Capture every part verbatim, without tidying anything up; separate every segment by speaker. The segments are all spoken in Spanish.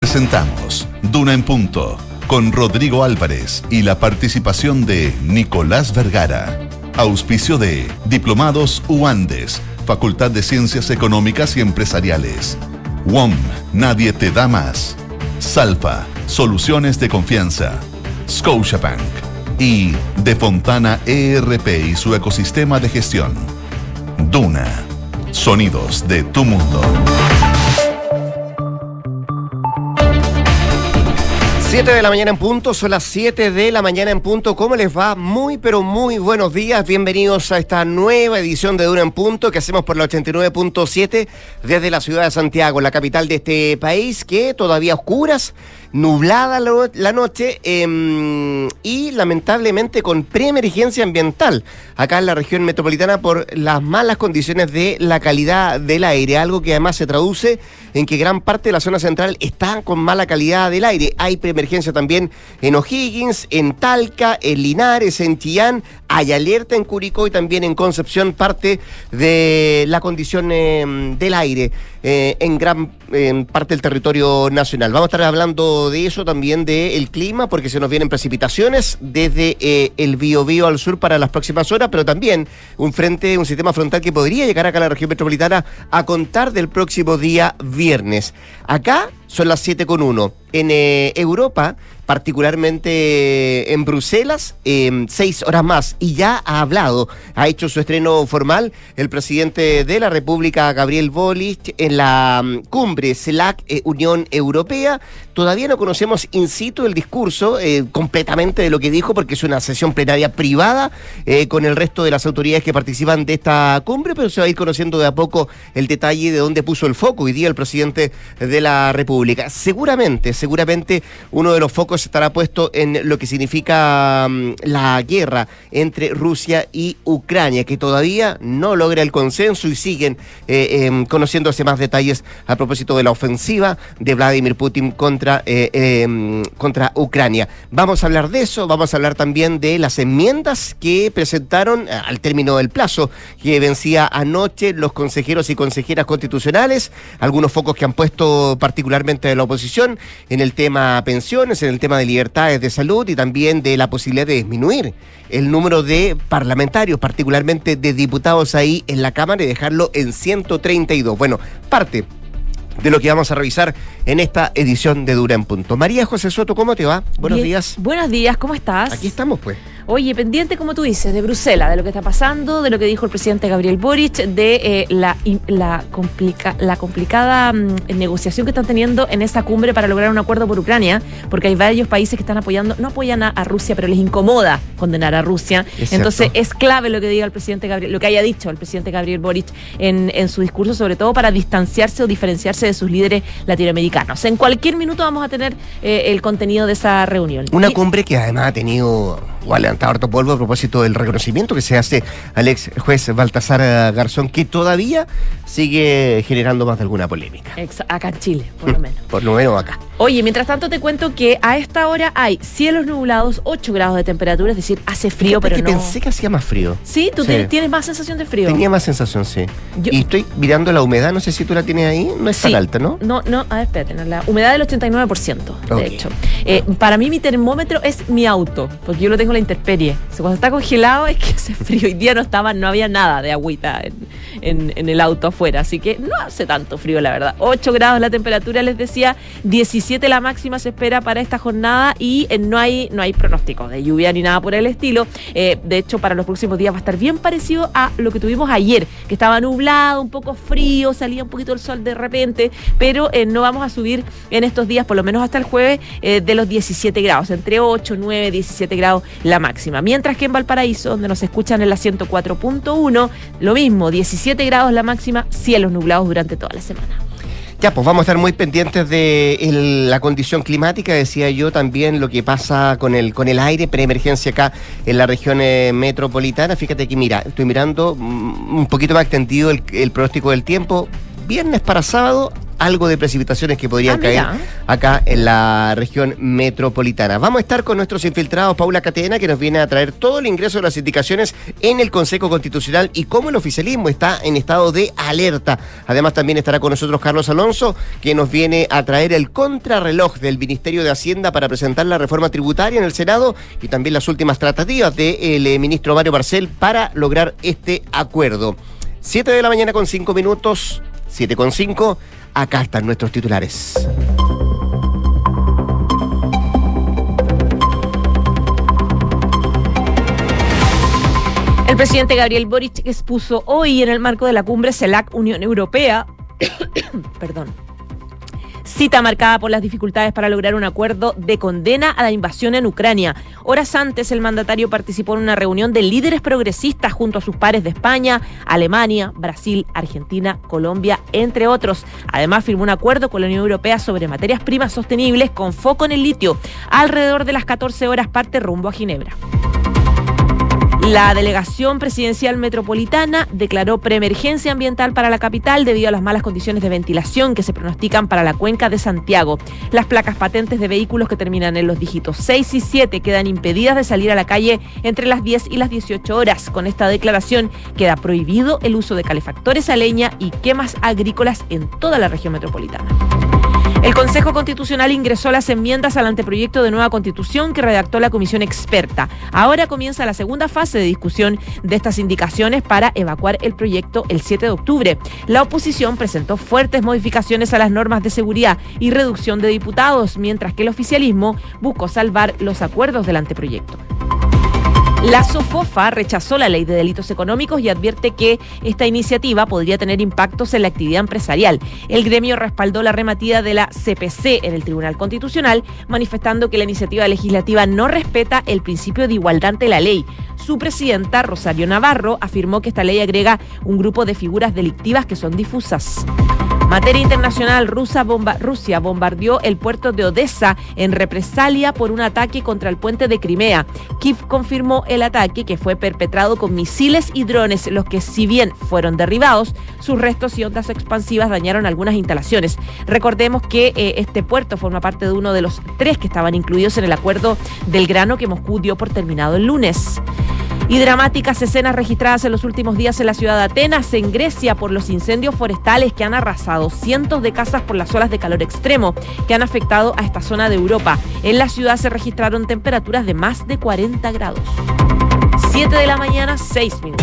Speaker 1: Presentamos Duna en Punto, con Rodrigo Álvarez y la participación de Nicolás Vergara. Auspicio de Diplomados UANDES, Facultad de Ciencias Económicas y Empresariales. W O M, nadie te da más. Salfa, soluciones de confianza. Scotiabank y De Fontana E R P y su ecosistema de gestión. Duna, sonidos de tu mundo.
Speaker 2: siete de la mañana en punto, son las siete de la mañana en punto. ¿Cómo les va? Muy, pero muy buenos días. Bienvenidos a esta nueva edición de Duna en Punto que hacemos por la ochenta y nueve punto siete desde la ciudad de Santiago, la capital de este país, que todavía oscuras, nublada la noche eh, y lamentablemente con preemergencia ambiental acá en la región metropolitana por las malas condiciones de la calidad del aire, algo que además se traduce en que gran parte de la zona central está con mala calidad del aire. Hay preemergencia también en O'Higgins, en Talca, en Linares, en Chillán, hay alerta en Curicó y también en Concepción, parte de la condición eh, del aire eh, en gran eh, parte del territorio nacional. Vamos a estar hablando de eso, también del clima, porque se nos vienen precipitaciones desde eh, el Biobío al sur para las próximas horas, pero también un frente, un sistema frontal que podría llegar acá a la región metropolitana a contar del próximo día viernes. Acá son las siete con uno. En eh, Europa, particularmente en Bruselas, eh, seis horas más, y ya ha hablado, ha hecho su estreno formal el presidente de la República, Gabriel Boric, en la um, cumbre CELAC eh, Unión Europea. Todavía no conocemos in situ el discurso eh, completamente de lo que dijo, porque es una sesión plenaria privada eh, con el resto de las autoridades que participan de esta cumbre, pero se va a ir conociendo de a poco el detalle de dónde puso el foco hoy día el presidente de la República. Seguramente, seguramente uno de los focos estará puesto en lo que significa um, la guerra entre Rusia y Ucrania, que todavía no logra el consenso y siguen eh, eh, conociéndose más detalles a propósito de la ofensiva de Vladimir Putin contra, eh, eh, contra Ucrania. Vamos a hablar de eso, vamos a hablar también de las enmiendas que presentaron eh, al término del plazo que vencía anoche los consejeros y consejeras constitucionales, algunos focos que han puesto particularmente de la oposición en el tema pensiones, en el tema de libertades de salud y también de la posibilidad de disminuir el número de parlamentarios, particularmente de diputados ahí en la Cámara, y dejarlo en ciento treinta y dos. Bueno, parte de lo que vamos a revisar en esta edición de Duna en Punto. María José Soto, ¿cómo te va? Buenos
Speaker 3: Bien.
Speaker 2: días.
Speaker 3: Buenos días, ¿cómo estás?
Speaker 2: Aquí estamos, pues.
Speaker 3: Oye, pendiente, como tú dices, de Bruselas, de lo que está pasando, de lo que dijo el presidente Gabriel Boric, de eh, la, la, complica, la complicada mm, negociación que están teniendo en esa cumbre para lograr un acuerdo por Ucrania, porque hay varios países que están apoyando, no apoyan a, a Rusia, pero les incomoda condenar a Rusia.
Speaker 2: Es
Speaker 3: Entonces
Speaker 2: cierto.
Speaker 3: es clave lo que diga el presidente Gabriel, lo que haya dicho el presidente Gabriel Boric en, en su discurso, sobre todo para distanciarse o diferenciarse de sus líderes latinoamericanos. En cualquier minuto vamos a tener eh, el contenido de esa reunión.
Speaker 2: Una
Speaker 3: y,
Speaker 2: cumbre que además ha tenido o ha levantado harto polvo a propósito del reconocimiento que se hace al ex juez Baltasar Garzón, que todavía sigue generando más de alguna polémica.
Speaker 3: Ex, acá en Chile, por lo menos.
Speaker 2: Por lo menos acá.
Speaker 3: Oye, mientras tanto te cuento que a esta hora hay cielos nublados, ocho grados de temperatura, es decir, hace frío,
Speaker 2: Fíjate
Speaker 3: pero
Speaker 2: que
Speaker 3: no...
Speaker 2: pensé que hacía más frío.
Speaker 3: ¿Sí? ¿Tú
Speaker 2: Sí.
Speaker 3: Tienes, tienes más sensación de frío?
Speaker 2: Tenía más sensación, sí.
Speaker 3: Yo-
Speaker 2: Y estoy mirando la humedad, no sé si tú la tienes ahí, no es tan
Speaker 3: Sí.
Speaker 2: alta, ¿no?
Speaker 3: No, no, a ver, espérate, no, la humedad del ochenta y nueve por ciento, de
Speaker 2: Ok.
Speaker 3: hecho. Eh, para mí mi termómetro es mi auto, porque yo lo tengo en la intemperie. O sea, cuando está congelado es que hace frío. Hoy día no estaba, no había nada de agüita en, en, en el auto afuera, así que no hace tanto frío, la verdad. ocho grados la temperatura, les decía, diecisiete la máxima se espera para esta jornada y eh, no hay no hay pronóstico de lluvia ni nada por el estilo. Eh, de hecho, para los próximos días va a estar bien parecido a lo que tuvimos ayer, que estaba nublado, un poco frío, salía un poquito el sol de repente, pero eh, no vamos a subir en estos días, por lo menos hasta el jueves, eh, de los diecisiete grados, entre ocho, nueve, diecisiete grados la máxima. Mientras que en Valparaíso, donde nos escuchan en la ciento cuatro punto uno, lo mismo, diecisiete grados la máxima, cielos nublados durante toda la semana.
Speaker 2: Ya, pues vamos a estar muy pendientes de el, la condición climática, decía yo, también lo que pasa con el con el aire, preemergencia acá en la región eh, metropolitana. Fíjate que, mira, estoy mirando mm, un poquito más extendido el, el pronóstico del tiempo. Viernes para sábado, algo de precipitaciones que podrían
Speaker 3: ah,
Speaker 2: caer
Speaker 3: mira.
Speaker 2: acá en la región metropolitana. Vamos a estar con nuestros infiltrados, Paula Catena, que nos viene a traer todo el ingreso de las indicaciones en el Consejo Constitucional y cómo el oficialismo está en estado de alerta. Además, también estará con nosotros Carlos Alonso, que nos viene a traer el contrarreloj del Ministerio de Hacienda para presentar la reforma tributaria en el Senado y también las últimas tratativas del eh, ministro Mario Marcel para lograr este acuerdo. siete de la mañana con cinco minutos, siete con cinco, acá están nuestros titulares.
Speaker 3: El presidente Gabriel Boric expuso hoy en el marco de la cumbre CELAC Unión Europea, perdón, cita marcada por las dificultades para lograr un acuerdo de condena a la invasión en Ucrania. Horas antes, el mandatario participó en una reunión de líderes progresistas junto a sus pares de España, Alemania, Brasil, Argentina, Colombia, entre otros. Además, firmó un acuerdo con la Unión Europea sobre materias primas sostenibles con foco en el litio. Alrededor de las catorce horas parte rumbo a Ginebra. La delegación presidencial metropolitana declaró preemergencia ambiental para la capital debido a las malas condiciones de ventilación que se pronostican para la cuenca de Santiago. Las placas patentes de vehículos que terminan en los dígitos seis y siete quedan impedidas de salir a la calle entre las diez y las dieciocho horas. Con esta declaración queda prohibido el uso de calefactores a leña y quemas agrícolas en toda la región metropolitana. El Consejo Constitucional ingresó las enmiendas al anteproyecto de nueva Constitución que redactó la comisión experta. Ahora comienza la segunda fase de discusión de estas indicaciones para evacuar el proyecto el siete de octubre. La oposición presentó fuertes modificaciones a las normas de seguridad y reducción de diputados, mientras que el oficialismo buscó salvar los acuerdos del anteproyecto. La SOFOFA rechazó la ley de delitos económicos y advierte que esta iniciativa podría tener impactos en la actividad empresarial. El gremio respaldó la rematida de la C P C en el Tribunal Constitucional, manifestando que la iniciativa legislativa no respeta el principio de igualdad ante la ley. Su presidenta, Rosario Navarro, afirmó que esta ley agrega un grupo de figuras delictivas que son difusas. Materia internacional, Rusia, bomba, Rusia bombardeó el puerto de Odessa en represalia por un ataque contra el puente de Crimea. Kiev confirmó el ataque, que fue perpetrado con misiles y drones, los que, si bien fueron derribados, sus restos y ondas expansivas dañaron algunas instalaciones. Recordemos que eh, este puerto forma parte de uno de los tres que estaban incluidos en el acuerdo del grano que Moscú dio por terminado el lunes. Y dramáticas escenas registradas en los últimos días en la ciudad de Atenas, en Grecia, por los incendios forestales que han arrasado cientos de casas por las olas de calor extremo que han afectado a esta zona de Europa. En la ciudad se registraron temperaturas de más de cuarenta grados. siete de la mañana, seis minutos.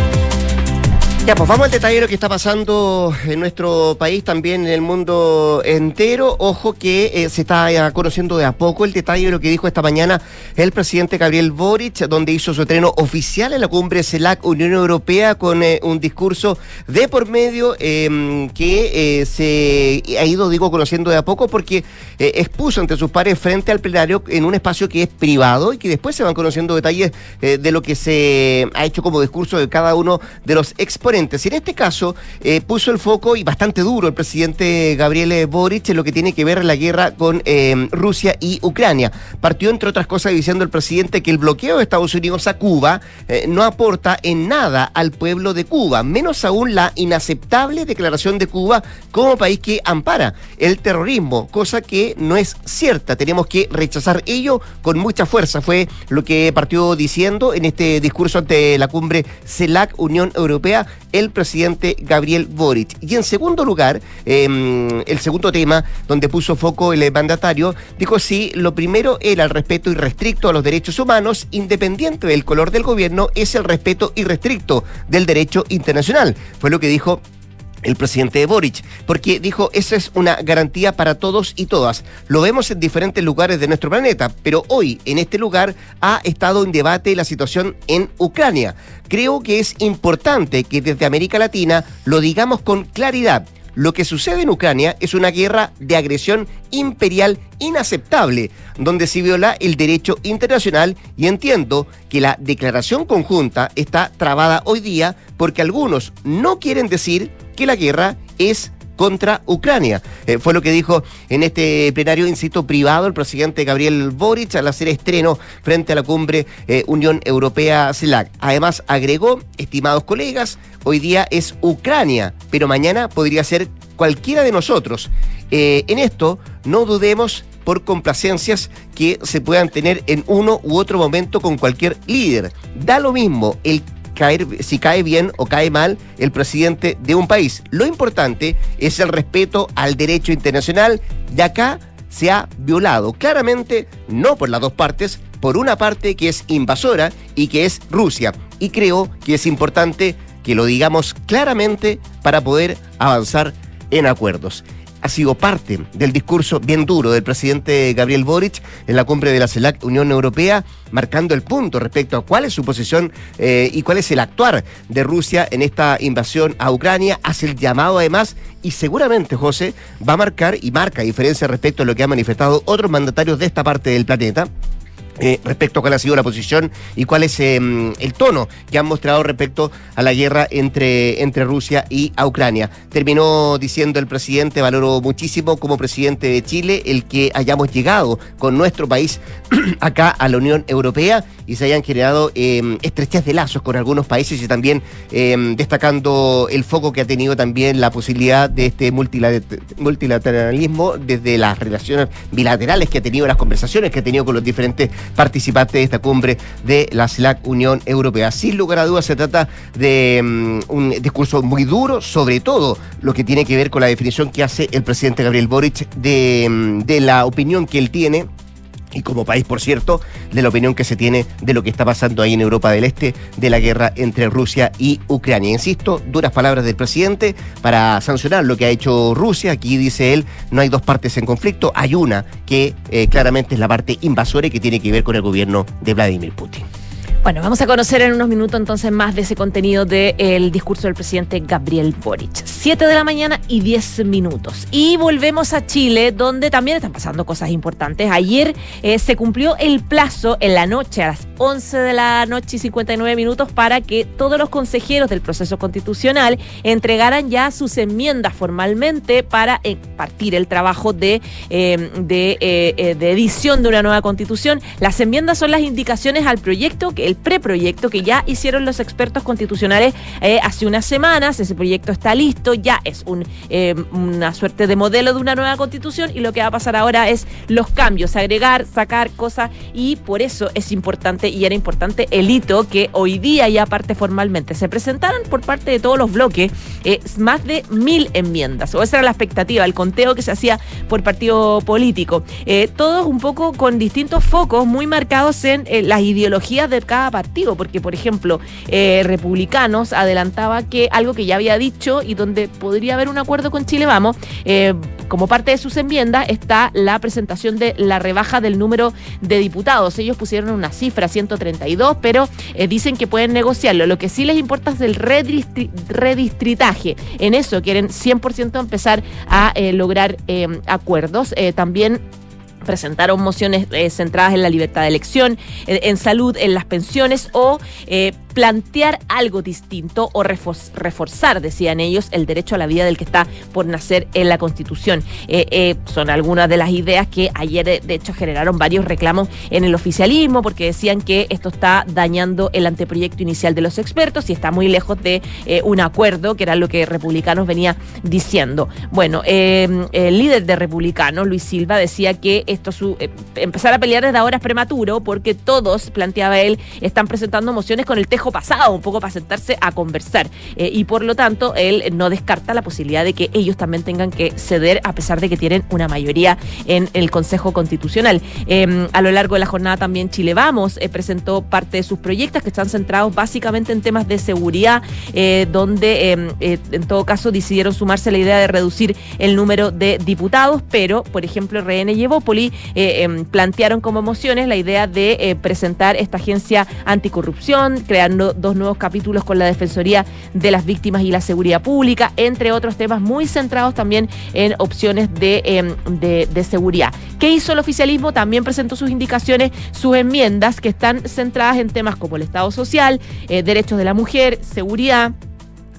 Speaker 2: Ya, pues vamos al detalle de lo que está pasando en nuestro país, también en el mundo entero. Ojo que eh, se está eh, conociendo de a poco el detalle de lo que dijo esta mañana el presidente Gabriel Boric, donde hizo su estreno oficial en la cumbre CELAC Unión Europea con eh, un discurso de por medio eh, que eh, se ha ido, digo, conociendo de a poco porque eh, expuso ante sus pares frente al plenario en un espacio que es privado y que después se van conociendo detalles eh, de lo que se ha hecho como discurso de cada uno de los exponentes. Y en este caso eh, puso el foco, y bastante duro, el presidente Gabriel Boric en lo que tiene que ver la guerra con eh, Rusia y Ucrania. Partió, entre otras cosas, diciendo el presidente que el bloqueo de Estados Unidos a Cuba eh, no aporta en nada al pueblo de Cuba, menos aún la inaceptable declaración de Cuba como país que ampara el terrorismo, cosa que no es cierta. Tenemos que rechazar ello con mucha fuerza, fue lo que partió diciendo en este discurso ante la cumbre CELAC Unión Europea el presidente Gabriel Boric. Y en segundo lugar, eh, el segundo tema donde puso foco el mandatario, dijo sí, lo primero era el respeto irrestricto a los derechos humanos, independiente del color del gobierno, es el respeto irrestricto del derecho internacional. Fue lo que dijo el presidente Boric, porque dijo, esa es una garantía para todos y todas. Lo vemos en diferentes lugares de nuestro planeta, pero hoy en este lugar ha estado en debate la situación en Ucrania. Creo que es importante que desde América Latina lo digamos con claridad. Lo que sucede en Ucrania es una guerra de agresión imperial inaceptable, donde se viola el derecho internacional, y entiendo que la declaración conjunta está trabada hoy día porque algunos no quieren decir que la guerra es contra Ucrania. Eh, fue lo que dijo en este plenario, insisto, privado, el presidente Gabriel Boric al hacer estreno frente a la cumbre eh, Unión Europea CELAC. Además agregó, estimados colegas, hoy día es Ucrania, pero mañana podría ser cualquiera de nosotros. Eh, en esto, no dudemos por complacencias que se puedan tener en uno u otro momento con cualquier líder. Da lo mismo el caer, si cae bien o cae mal el presidente de un país. Lo importante es el respeto al derecho internacional, y acá se ha violado claramente, no por las dos partes, por una parte que es invasora y que es Rusia. Y creo que es importante que lo digamos claramente para poder avanzar en acuerdos. Ha sido parte del discurso bien duro del presidente Gabriel Boric en la cumbre de la CELAC Unión Europea, marcando el punto respecto a cuál es su posición eh, y cuál es el actuar de Rusia en esta invasión a Ucrania. Hace el llamado además y seguramente, José, va a marcar y marca diferencia respecto a lo que han manifestado otros mandatarios de esta parte del planeta. Eh, respecto a cuál ha sido la posición y cuál es eh, el tono que han mostrado respecto a la guerra entre, entre Rusia y a Ucrania. Terminó diciendo el presidente: valoro muchísimo como presidente de Chile el que hayamos llegado con nuestro país acá a la Unión Europea y se hayan generado eh, estrechez de lazos con algunos países, y también eh, destacando el foco que ha tenido también la posibilidad de este multilateralismo desde las relaciones bilaterales que ha tenido, las conversaciones que ha tenido con los diferentes participantes de esta cumbre de la CELAC Unión Europea. Sin lugar a dudas se trata de um, un discurso muy duro, sobre todo lo que tiene que ver con la definición que hace el presidente Gabriel Boric de, um, de la opinión que él tiene, y como país, por cierto, de la opinión que se tiene de lo que está pasando ahí en Europa del Este, de la guerra entre Rusia y Ucrania. Insisto, duras palabras del presidente para sancionar lo que ha hecho Rusia. Aquí dice él, no hay dos partes en conflicto, hay una que eh, claramente es la parte invasora y que tiene que ver con el gobierno de Vladimir Putin.
Speaker 3: Bueno, vamos a conocer en unos minutos entonces más de ese contenido del discurso del presidente Gabriel Boric. siete de la mañana y diez minutos. Y volvemos a Chile, donde también están pasando cosas importantes. Ayer eh, se cumplió el plazo en la noche, a las once de la noche y cincuenta y nueve minutos, para que todos los consejeros del proceso constitucional entregaran ya sus enmiendas formalmente para eh, partir el trabajo de, eh, de, eh, de edición de una nueva constitución. Las enmiendas son las indicaciones al proyecto, que el preproyecto que ya hicieron los expertos constitucionales eh, hace unas semanas. Ese proyecto está listo, ya es un, eh, una suerte de modelo de una nueva constitución, y lo que va a pasar ahora es los cambios, agregar, sacar cosas, y por eso es importante y era importante el hito que hoy día ya parte formalmente. Se presentaron por parte de todos los bloques eh, más de mil enmiendas, o esa era la expectativa, el conteo que se hacía por partido político. Eh, todos un poco con distintos focos muy marcados en eh, las ideologías de cada partido, porque por ejemplo eh, Republicanos adelantaba que algo que ya había dicho y donde podría haber un acuerdo con Chile Vamos, eh, como parte de sus enmiendas está la presentación de la rebaja del número de diputados. Ellos pusieron una cifra, ciento treinta y dos, pero eh, dicen que pueden negociarlo. Lo que sí les importa es el redistri- redistritaje. En eso quieren cien por ciento empezar a eh, lograr eh, acuerdos. Eh, también presentaron mociones eh, centradas en la libertad de elección, eh, en salud, en las pensiones, o eh, plantear algo distinto o refor- reforzar, decían ellos, el derecho a la vida del que está por nacer en la Constitución. Eh, eh, son algunas de las ideas que ayer, de, de hecho, generaron varios reclamos en el oficialismo, porque decían que esto está dañando el anteproyecto inicial de los expertos y está muy lejos de eh, un acuerdo, que era lo que Republicanos venía diciendo. Bueno, eh, el líder de Republicanos, Luis Silva, decía que esto su, eh, empezar a pelear desde ahora es prematuro, porque todos, planteaba él, están presentando mociones con el tejo pasado, un poco para sentarse a conversar, eh, y por lo tanto él no descarta la posibilidad de que ellos también tengan que ceder, a pesar de que tienen una mayoría en el Consejo Constitucional. Eh, a lo largo de la jornada también Chile Vamos eh, presentó parte de sus proyectos, que están centrados básicamente en temas de seguridad, eh, donde eh, eh, en todo caso decidieron sumarse a la idea de reducir el número de diputados, pero por ejemplo R N y Evópoli eh, eh, plantearon como mociones la idea de eh, presentar esta agencia anticorrupción, crear dos nuevos capítulos con la Defensoría de las Víctimas y la Seguridad Pública, entre otros temas muy centrados también en opciones de, eh, de, de seguridad. ¿Qué hizo el oficialismo? También presentó sus indicaciones, sus enmiendas, que están centradas en temas como el Estado Social, eh, derechos de la mujer, seguridad.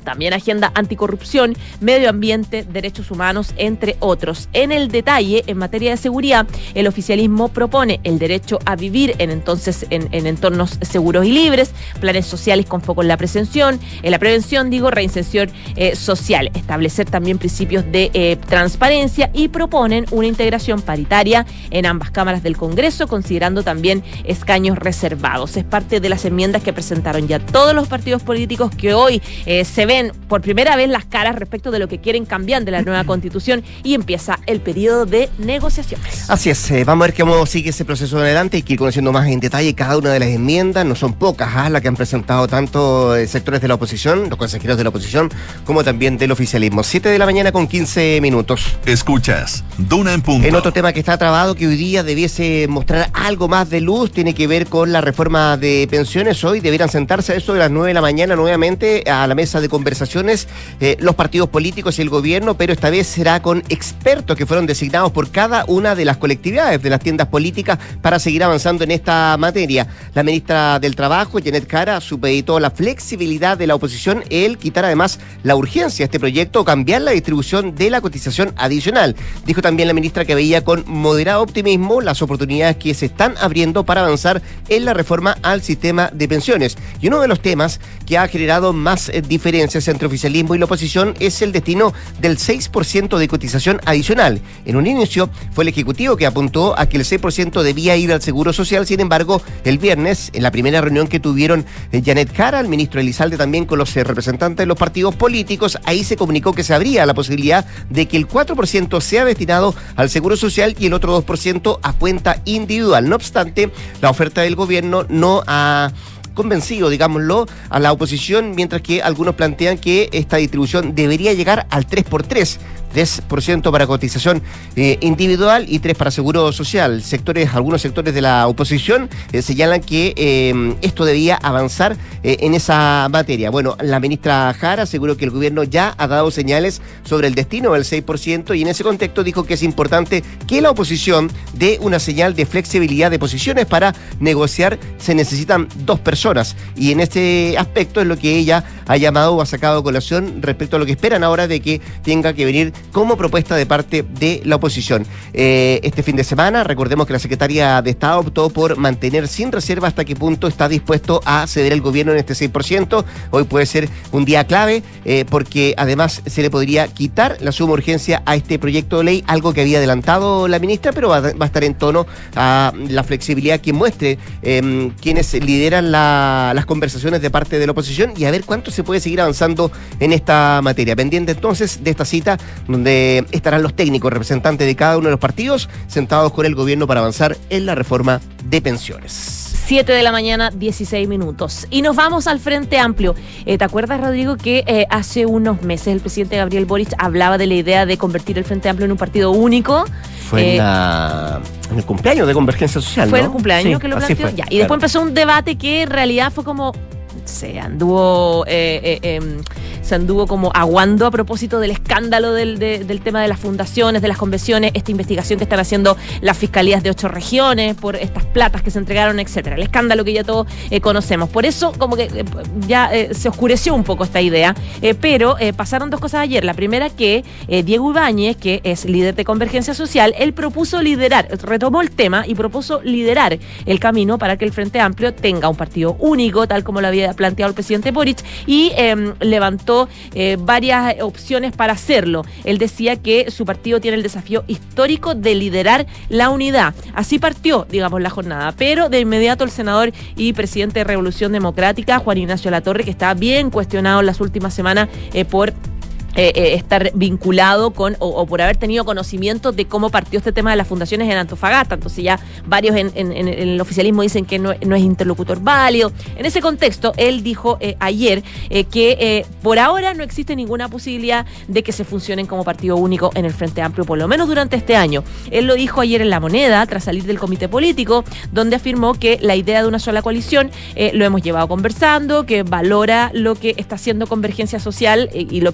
Speaker 3: también agenda anticorrupción, medio ambiente, derechos humanos, entre otros. En el detalle, en materia de seguridad, el oficialismo propone el derecho a vivir en entonces en, en entornos seguros y libres, planes sociales con foco en la prevención, en la prevención, digo, reinserción eh, social, establecer también principios de eh, transparencia y proponen una integración paritaria en ambas cámaras del Congreso, considerando también escaños reservados. Es parte de las enmiendas que presentaron ya todos los partidos políticos que hoy eh, se ven por primera vez las caras respecto de lo que quieren cambiar de la nueva Constitución y empieza el periodo de negociaciones.
Speaker 2: Así es, eh, vamos a ver cómo sigue ese proceso adelante. Hay que ir conociendo más en detalle cada una de las enmiendas. No son pocas ¿ah? las que han presentado tanto eh, sectores de la oposición, los consejeros de la oposición, como también del oficialismo. siete de la mañana con quince minutos.
Speaker 1: Escuchas Duna en Punto.
Speaker 2: En otro tema que está trabado, que hoy día debiese mostrar algo más de luz, tiene que ver con la reforma de pensiones. Hoy deberán sentarse a eso de las nueve de la mañana nuevamente a la mesa de conversaciones eh, los partidos políticos y el gobierno, pero esta vez será con expertos que fueron designados por cada una de las colectividades de las tiendas políticas para seguir avanzando en esta materia. La ministra del Trabajo, Janet Jara, supeditó la flexibilidad de la oposición, el quitar además la urgencia a este proyecto o cambiar la distribución de la cotización adicional. Dijo también la ministra que veía con moderado optimismo las oportunidades que se están abriendo para avanzar en la reforma al sistema de pensiones. Y uno de los temas que ha generado más eh, diferencias entre oficialismo y la oposición es el destino del seis por ciento de cotización adicional. En un inicio fue el Ejecutivo que apuntó a que el seis por ciento debía ir al Seguro Social. Sin embargo, el viernes, en la primera reunión que tuvieron eh, Janet Jara, el ministro Elizalde también con los eh, representantes de los partidos políticos, ahí se comunicó que se abría la posibilidad de que el cuatro por ciento sea destinado al Seguro Social y el otro dos por ciento a cuenta individual. No obstante, la oferta del gobierno no ha convencido, digámoslo, a la oposición, mientras que algunos plantean que esta distribución debería llegar al tres por tres. tres por ciento para cotización eh, individual y tres por ciento para seguro social. Sectores, algunos sectores de la oposición eh, señalan que eh, esto debía avanzar eh, en esa materia. Bueno, la ministra Jara aseguró que el gobierno ya ha dado señales sobre el destino del seis por ciento y en ese contexto dijo que es importante que la oposición dé una señal de flexibilidad de posiciones. Para negociar se necesitan dos personas y en este aspecto es lo que ella ha llamado o ha sacado a colación respecto a lo que esperan ahora de que tenga que venir como propuesta de parte de la oposición. Eh, este fin de semana, recordemos que la secretaria de Estado optó por mantener sin reserva hasta qué punto está dispuesto a ceder el gobierno en este seis por ciento. Hoy puede ser un día clave eh, porque además se le podría quitar la suma urgencia a este proyecto de ley, algo que había adelantado la ministra, pero va, va a estar en tono a la flexibilidad que muestre eh, quienes lideran la, las conversaciones de parte de la oposición y a ver cuánto se puede seguir avanzando en esta materia. Pendiente entonces de esta cita donde estarán los técnicos representantes de cada uno de los partidos sentados con el gobierno para avanzar en la reforma de pensiones.
Speaker 3: siete de la mañana, dieciséis minutos. Y nos vamos al Frente Amplio. Eh, ¿Te acuerdas, Rodrigo, que eh, hace unos meses el presidente Gabriel Boric hablaba de la idea de convertir el Frente Amplio en un partido único?
Speaker 2: Fue
Speaker 3: eh,
Speaker 2: en, la, en el cumpleaños de Convergencia Social,
Speaker 3: Fue
Speaker 2: ¿no?
Speaker 3: el cumpleaños
Speaker 2: Sí,
Speaker 3: que lo
Speaker 2: así
Speaker 3: planteó.
Speaker 2: fue,
Speaker 3: Ya, y
Speaker 2: claro.
Speaker 3: después empezó un debate que en realidad fue como... Se anduvo eh, eh, eh, se anduvo como aguando a propósito del escándalo del, de, del tema de las fundaciones, de las convenciones, esta investigación que están haciendo las fiscalías de ocho regiones por estas platas que se entregaron, etcétera. El escándalo que ya todos eh, conocemos. Por eso como que eh, ya eh, se oscureció un poco esta idea, eh, pero eh, pasaron dos cosas ayer. La primera que eh, Diego Ibáñez, que es líder de Convergencia Social, él propuso liderar, retomó el tema y propuso liderar el camino para que el Frente Amplio tenga un partido único, tal como lo había planteado el presidente Boric, y eh, levantó eh, varias opciones para hacerlo. Él decía que su partido tiene el desafío histórico de liderar la unidad. Así partió, digamos, la jornada, pero de inmediato el senador y presidente de Revolución Democrática, Juan Ignacio Latorre, que está bien cuestionado en las últimas semanas eh, por Eh, eh, estar vinculado con o, o por haber tenido conocimiento de cómo partió este tema de las fundaciones en Antofagasta. Entonces ya varios en, en, en el oficialismo dicen que no, no es interlocutor válido. En ese contexto, él dijo eh, ayer eh, que eh, por ahora no existe ninguna posibilidad de que se funcionen como partido único en el Frente Amplio, por lo menos durante este año. Él lo dijo ayer en La Moneda, tras salir del comité político, donde afirmó que la idea de una sola coalición eh, lo hemos llevado conversando, que valora lo que está haciendo Convergencia Social eh, y lo que dijo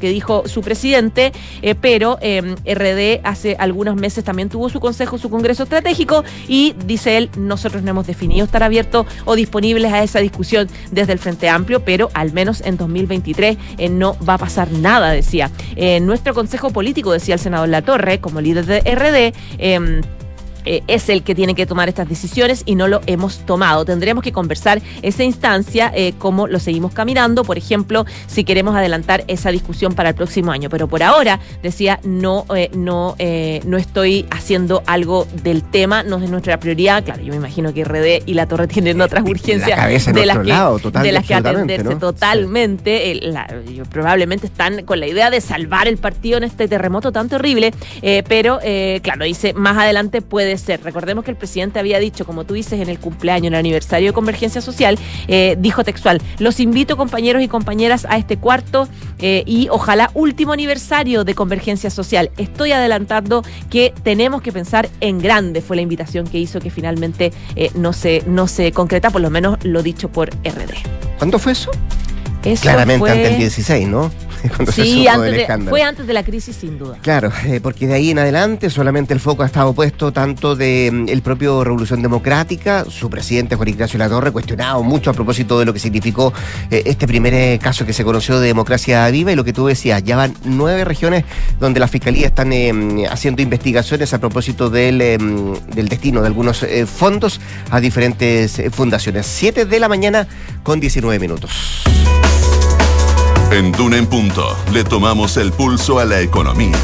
Speaker 3: dijo su presidente, eh, pero eh, R D hace algunos meses también tuvo su consejo, su congreso estratégico, y dice él, nosotros no hemos definido estar abiertos o disponibles a esa discusión desde el Frente Amplio, pero al menos en dos mil veintitrés eh, no va a pasar nada, decía. Eh, nuestro consejo político, decía el senador Latorre, como líder de R D, eh, Eh, es el que tiene que tomar estas decisiones y no lo hemos tomado. Tendremos que conversar esa instancia, eh, cómo lo seguimos caminando, por ejemplo, si queremos adelantar esa discusión para el próximo año. Pero por ahora, decía, no eh, no eh, no estoy haciendo algo del tema, no es nuestra prioridad. Claro, yo me imagino que R D y Latorre tienen otras urgencias
Speaker 2: de las, que,
Speaker 3: lado,
Speaker 2: total,
Speaker 3: de las que atenderse,
Speaker 2: ¿no?
Speaker 3: totalmente. Sí. Eh, la, yo, probablemente están con la idea de salvar el partido en este terremoto tan terrible, eh, pero eh, claro, dice, más adelante puede ser. Recordemos que el presidente había dicho, como tú dices, en el cumpleaños, en el aniversario de Convergencia Social, eh, dijo textual, los invito, compañeros y compañeras, a este cuarto eh, y ojalá último aniversario de Convergencia Social. Estoy adelantando que tenemos que pensar en grande, fue la invitación que hizo, que finalmente eh, no se, no se concreta, por lo menos lo dicho por R D.
Speaker 2: ¿Cuándo fue eso?
Speaker 3: Eso
Speaker 2: Claramente
Speaker 3: fue...
Speaker 2: antes del dieciséis, ¿no? Cuando
Speaker 3: sí, antes de, fue antes de la crisis, sin duda.
Speaker 2: Claro, eh, porque de ahí en adelante solamente el foco ha estado puesto tanto de mm, el propio Revolución Democrática, su presidente Juan Ignacio Latorre, cuestionado mucho a propósito de lo que significó eh, este primer eh, caso que se conoció de Democracia Viva, y lo que tú decías, ya van nueve regiones donde la Fiscalía están eh, haciendo investigaciones a propósito del, eh, del destino de algunos eh, fondos a diferentes eh, fundaciones. siete de la mañana con diecinueve minutos.
Speaker 1: En Duna en Punto le tomamos el pulso a la economía.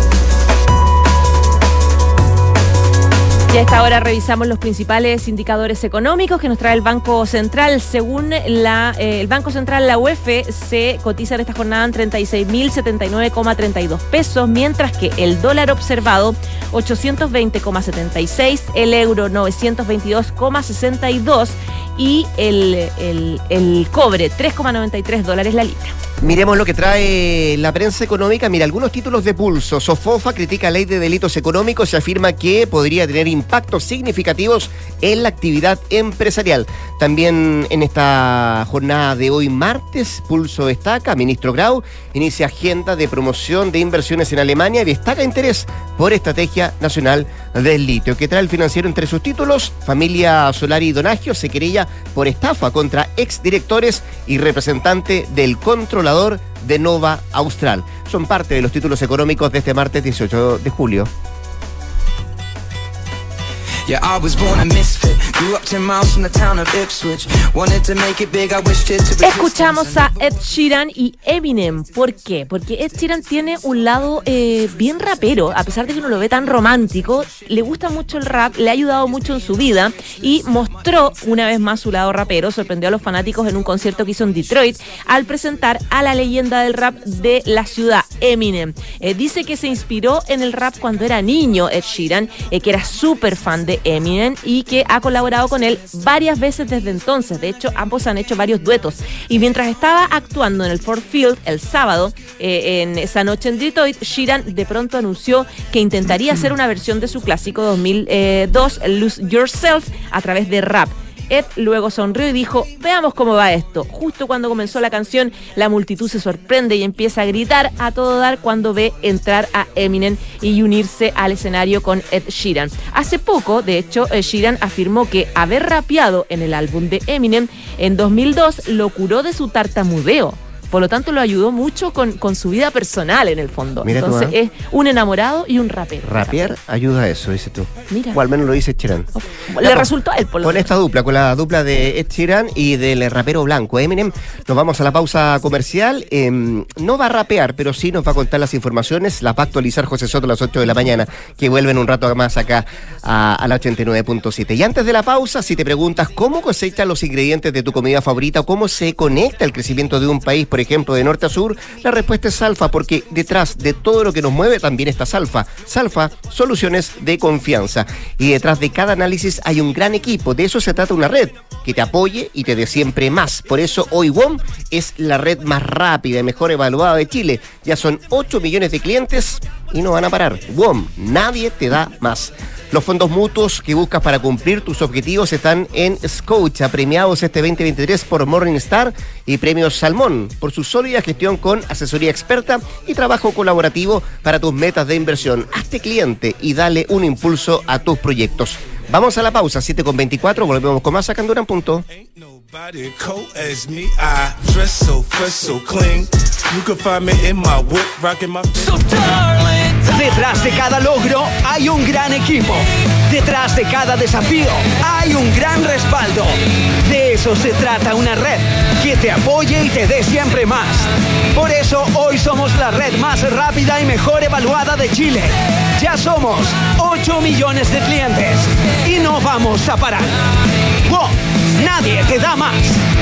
Speaker 3: Y a esta hora revisamos los principales indicadores económicos que nos trae el Banco Central. Según la, eh, el Banco Central, la U E F, se cotiza en esta jornada en treinta y seis mil setenta y nueve coma treinta y dos pesos, mientras que el dólar observado ochocientos veinte coma setenta y seis, el euro novecientos veintidós coma sesenta y dos y el, el, el cobre tres coma noventa y tres dólares la libra.
Speaker 2: Miremos lo que trae la prensa económica. Mira, algunos títulos de pulso. Sofofa critica ley de delitos económicos y afirma que podría tener impactos significativos en la actividad empresarial. También en esta jornada de hoy martes, Pulso destaca, ministro Grau inicia agenda de promoción de inversiones en Alemania y destaca interés por estrategia nacional del litio. ¿Qué trae el Financiero entre sus títulos? Familia Solari Donagio se querella por estafa contra exdirectores y representante del controlador de Nova Austral. Son parte de los títulos económicos de este martes dieciocho de julio.
Speaker 4: Yeah, I was born a misfit. Grew up ten miles from the town of Ipswich. Wanted to make it big, I wished it to be.
Speaker 3: Escuchamos a Ed Sheeran y Eminem. ¿Por qué? Porque Ed Sheeran tiene un lado eh, bien rapero. A pesar de que uno lo ve tan romántico, le gusta mucho el rap, le ha ayudado mucho en su vida y mostró una vez más su lado rapero. Sorprendió a los fanáticos en un concierto que hizo en Detroit al presentar a la leyenda del rap de la ciudad, Eminem. Eh, dice que se inspiró en el rap cuando era niño, Ed Sheeran, eh, que era súper fan de Eminem y que ha colaborado con él varias veces desde entonces. De hecho, ambos han hecho varios duetos. Y mientras estaba actuando en el Ford Field el sábado, eh, en esa noche en Detroit, Sheeran de pronto anunció que intentaría hacer una versión de su clásico dos mil dos, Lose Yourself, a través de rap. Ed luego sonrió y dijo, veamos cómo va esto. Justo cuando comenzó la canción, la multitud se sorprende y empieza a gritar a todo dar cuando ve entrar a Eminem y unirse al escenario con Ed Sheeran. Hace poco, de hecho, Ed Sheeran afirmó que haber rapeado en el álbum de Eminem en dos mil dos lo curó de su tartamudeo. Por lo tanto, lo ayudó mucho con, con su vida personal, en el fondo. Mira. Entonces, tú, ¿eh? Es un enamorado y un rapero.
Speaker 2: Rapear ayuda a eso, dices tú.
Speaker 3: Mira.
Speaker 2: O al menos lo dice Ed Sheeran.
Speaker 3: Le ya, resultó a él, por lo
Speaker 2: Con
Speaker 3: menos.
Speaker 2: esta dupla, con la dupla de Ed Sheeran y del rapero blanco Eminem, nos vamos a la pausa comercial. Eh, no va a rapear, pero sí nos va a contar las informaciones. Las va a actualizar José Soto a las ocho de la mañana, que vuelven un rato más acá a, a la ochenta y nueve punto siete. Y antes de la pausa, si te preguntas cómo cosechan los ingredientes de tu comida favorita o cómo se conecta el crecimiento de un país, por ejemplo, de norte a sur, la respuesta es Salfa, porque detrás de todo lo que nos mueve también está Salfa. Salfa, soluciones de confianza. Y detrás de cada análisis hay un gran equipo. De eso se trata una red que te apoye y te dé siempre más. Por eso hoy WOM es la red más rápida y mejor evaluada de Chile. Ya son ocho millones de clientes y no van a parar. WOM, nadie te da más. Los fondos mutuos que buscas para cumplir tus objetivos están en Scotia, premiados este veinte veintitrés por Morningstar y premios Salmón por su sólida gestión con asesoría experta y trabajo colaborativo para tus metas de inversión. Hazte cliente y dale un impulso a tus proyectos. Vamos a la pausa, siete con veinticuatro, volvemos con más acá en Duna Punto.
Speaker 5: Body cold as me, I dress so fresh, so clean. You can find me in my whip, rocking my.
Speaker 6: So darling, detrás de cada logro hay un gran equipo. Detrás de cada desafío hay un gran respaldo. De eso se trata una red que te apoye y te dé siempre más. Por eso hoy somos la red más rápida y mejor evaluada de Chile. Ya somos ocho millones de clientes y no vamos a parar. ¡Wow! Nadie te da más.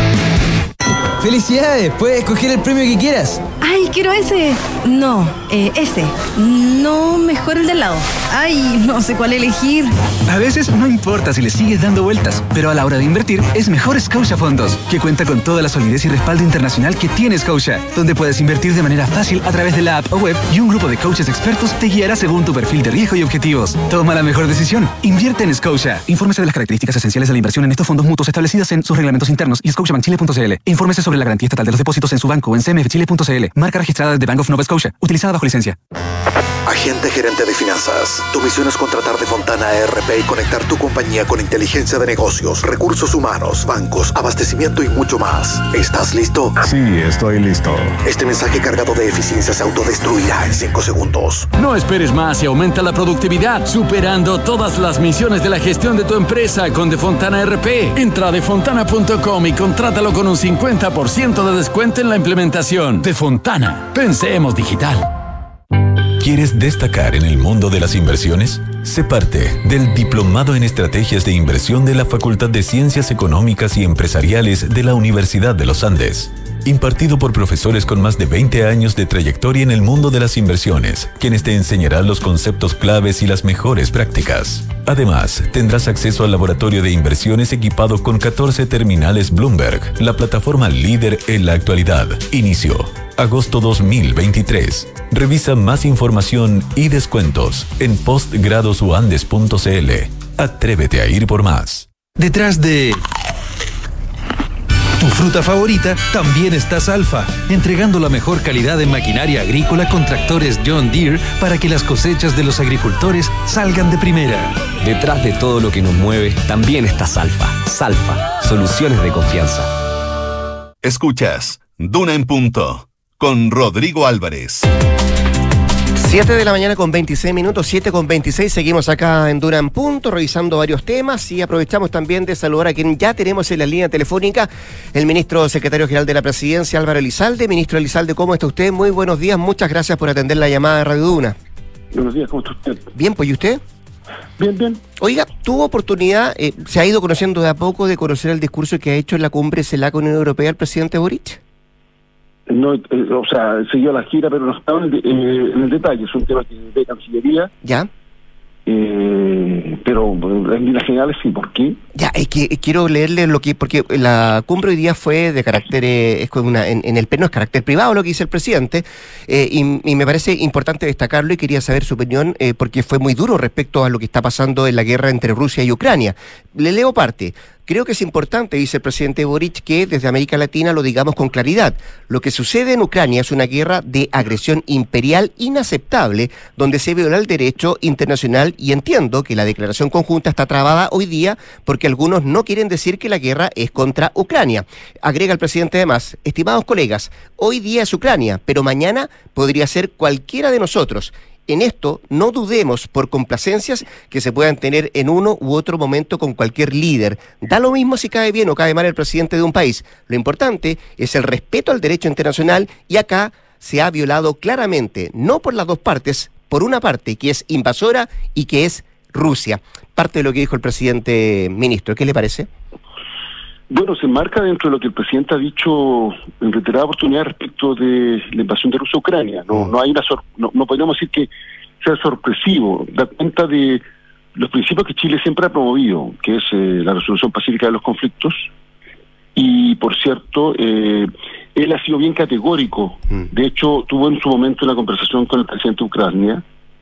Speaker 7: ¡Felicidades! Puedes escoger el premio que quieras.
Speaker 8: ¡Ay, quiero ese! No, eh, ese. No, mejor el de al lado. ¡Ay, no sé cuál elegir!
Speaker 9: A veces no importa si le sigues dando vueltas, pero a la hora de invertir es mejor Scotia Fondos, que cuenta con toda la solidez y respaldo internacional que tiene Scotia, donde puedes invertir de manera fácil a través de la app o web y un grupo de coaches expertos te guiará según tu perfil de riesgo y objetivos. Toma la mejor decisión. Invierte en Scotia. Infórmese de las características esenciales de la inversión en estos fondos mutuos establecidas en sus reglamentos internos y scotiabank chile punto c l. Infórmese sobre la garantía estatal de los depósitos en su banco o en c m f chile punto c l. Marca registrada de Bank of Nova Scotia. Utilizada bajo licencia.
Speaker 10: Agente gerente de finanzas. Tu misión es contratar de Fontana E R P y conectar tu compañía con inteligencia de negocios, recursos humanos, bancos, abastecimiento y mucho más. ¿Estás listo?
Speaker 11: Sí, estoy listo.
Speaker 10: Este mensaje cargado de eficiencia se autodestruirá en cinco segundos.
Speaker 12: No esperes más y aumenta la productividad, superando todas las misiones de la gestión de tu empresa con De Fontana E R P. Entra a de fontana punto com y contrátalo con un cincuenta por ciento de descuento en la implementación. De Fontana, pensemos digital.
Speaker 13: ¿Quieres destacar en el mundo de las inversiones? Sé parte del Diplomado en Estrategias de Inversión de la Facultad de Ciencias Económicas y Empresariales de la Universidad de los Andes. Impartido por profesores con más de veinte años de trayectoria en el mundo de las inversiones, quienes te enseñarán los conceptos claves y las mejores prácticas. Además, tendrás acceso al laboratorio de inversiones equipado con catorce terminales Bloomberg, la plataforma líder en la actualidad. Inicio agosto dos mil veintitrés. Revisa más información y descuentos en postgradosuandes punto c l. Atrévete a ir por más.
Speaker 14: Detrás de tu fruta favorita también está Salfa, entregando la mejor calidad en maquinaria agrícola con tractores John Deere para que las cosechas de los agricultores salgan de primera.
Speaker 15: Detrás de todo lo que nos mueve también está Salfa. Salfa, soluciones de confianza.
Speaker 1: Escuchas Duna en Punto con Rodrigo Álvarez.
Speaker 2: siete de la mañana con veintiséis minutos, siete con veintiséis, seguimos acá en Duna en Punto, revisando varios temas y aprovechamos también de saludar a quien ya tenemos en la línea telefónica, el ministro secretario general de la Presidencia, Álvaro Elizalde. Ministro Elizalde, ¿cómo está usted? Muy buenos días, muchas gracias por atender la llamada de Radio Duna.
Speaker 16: Buenos días, ¿cómo está usted?
Speaker 2: Bien, pues, ¿y usted?
Speaker 16: Bien, bien.
Speaker 2: Oiga, ¿tuvo oportunidad, eh, se ha ido conociendo de a poco, de conocer el discurso que ha hecho en la cumbre CELAC Unión Europea el presidente Boric?
Speaker 16: No, eh, o sea, siguió la gira, pero no estaba en el, eh, en el detalle. Es un tema que de Cancillería.
Speaker 2: Ya.
Speaker 16: Eh, pero en líneas generales sí, ¿por qué?
Speaker 2: Ya, es que quiero leerle lo que, porque la cumbre hoy día fue de carácter, eh, es con una, en, en el pleno es carácter privado lo que dice el presidente, eh, y, y me parece importante destacarlo y quería saber su opinión, eh, porque fue muy duro respecto a lo que está pasando en la guerra entre Rusia y Ucrania. Le leo parte. Creo que es importante, dice el presidente Boric, que desde América Latina lo digamos con claridad. Lo que sucede en Ucrania es una guerra de agresión imperial inaceptable, donde se viola el derecho internacional, y entiendo que la declaración conjunta está trabada hoy día porque algunos no quieren decir que la guerra es contra Ucrania. Agrega el presidente además, estimados colegas, hoy día es Ucrania, pero mañana podría ser cualquiera de nosotros. En esto no dudemos por complacencias que se puedan tener en uno u otro momento con cualquier líder. Da lo mismo si cae bien o cae mal el presidente de un país. Lo importante es el respeto al derecho internacional, y acá se ha violado claramente, no por las dos partes, por una parte que es invasora y que es Rusia. Parte de lo que dijo el presidente ministro. ¿Qué le parece?
Speaker 16: Bueno, se enmarca dentro de lo que el presidente ha dicho en reiterada oportunidad respecto de la invasión de Rusia a Ucrania. No, no hay una sor- no, no podríamos decir que sea sorpresivo. Da cuenta de los principios que Chile siempre ha promovido, que es eh, la resolución pacífica de los conflictos, y por cierto, eh, él ha sido bien categórico. Mm. De hecho, tuvo en su momento una conversación con el presidente de Ucrania,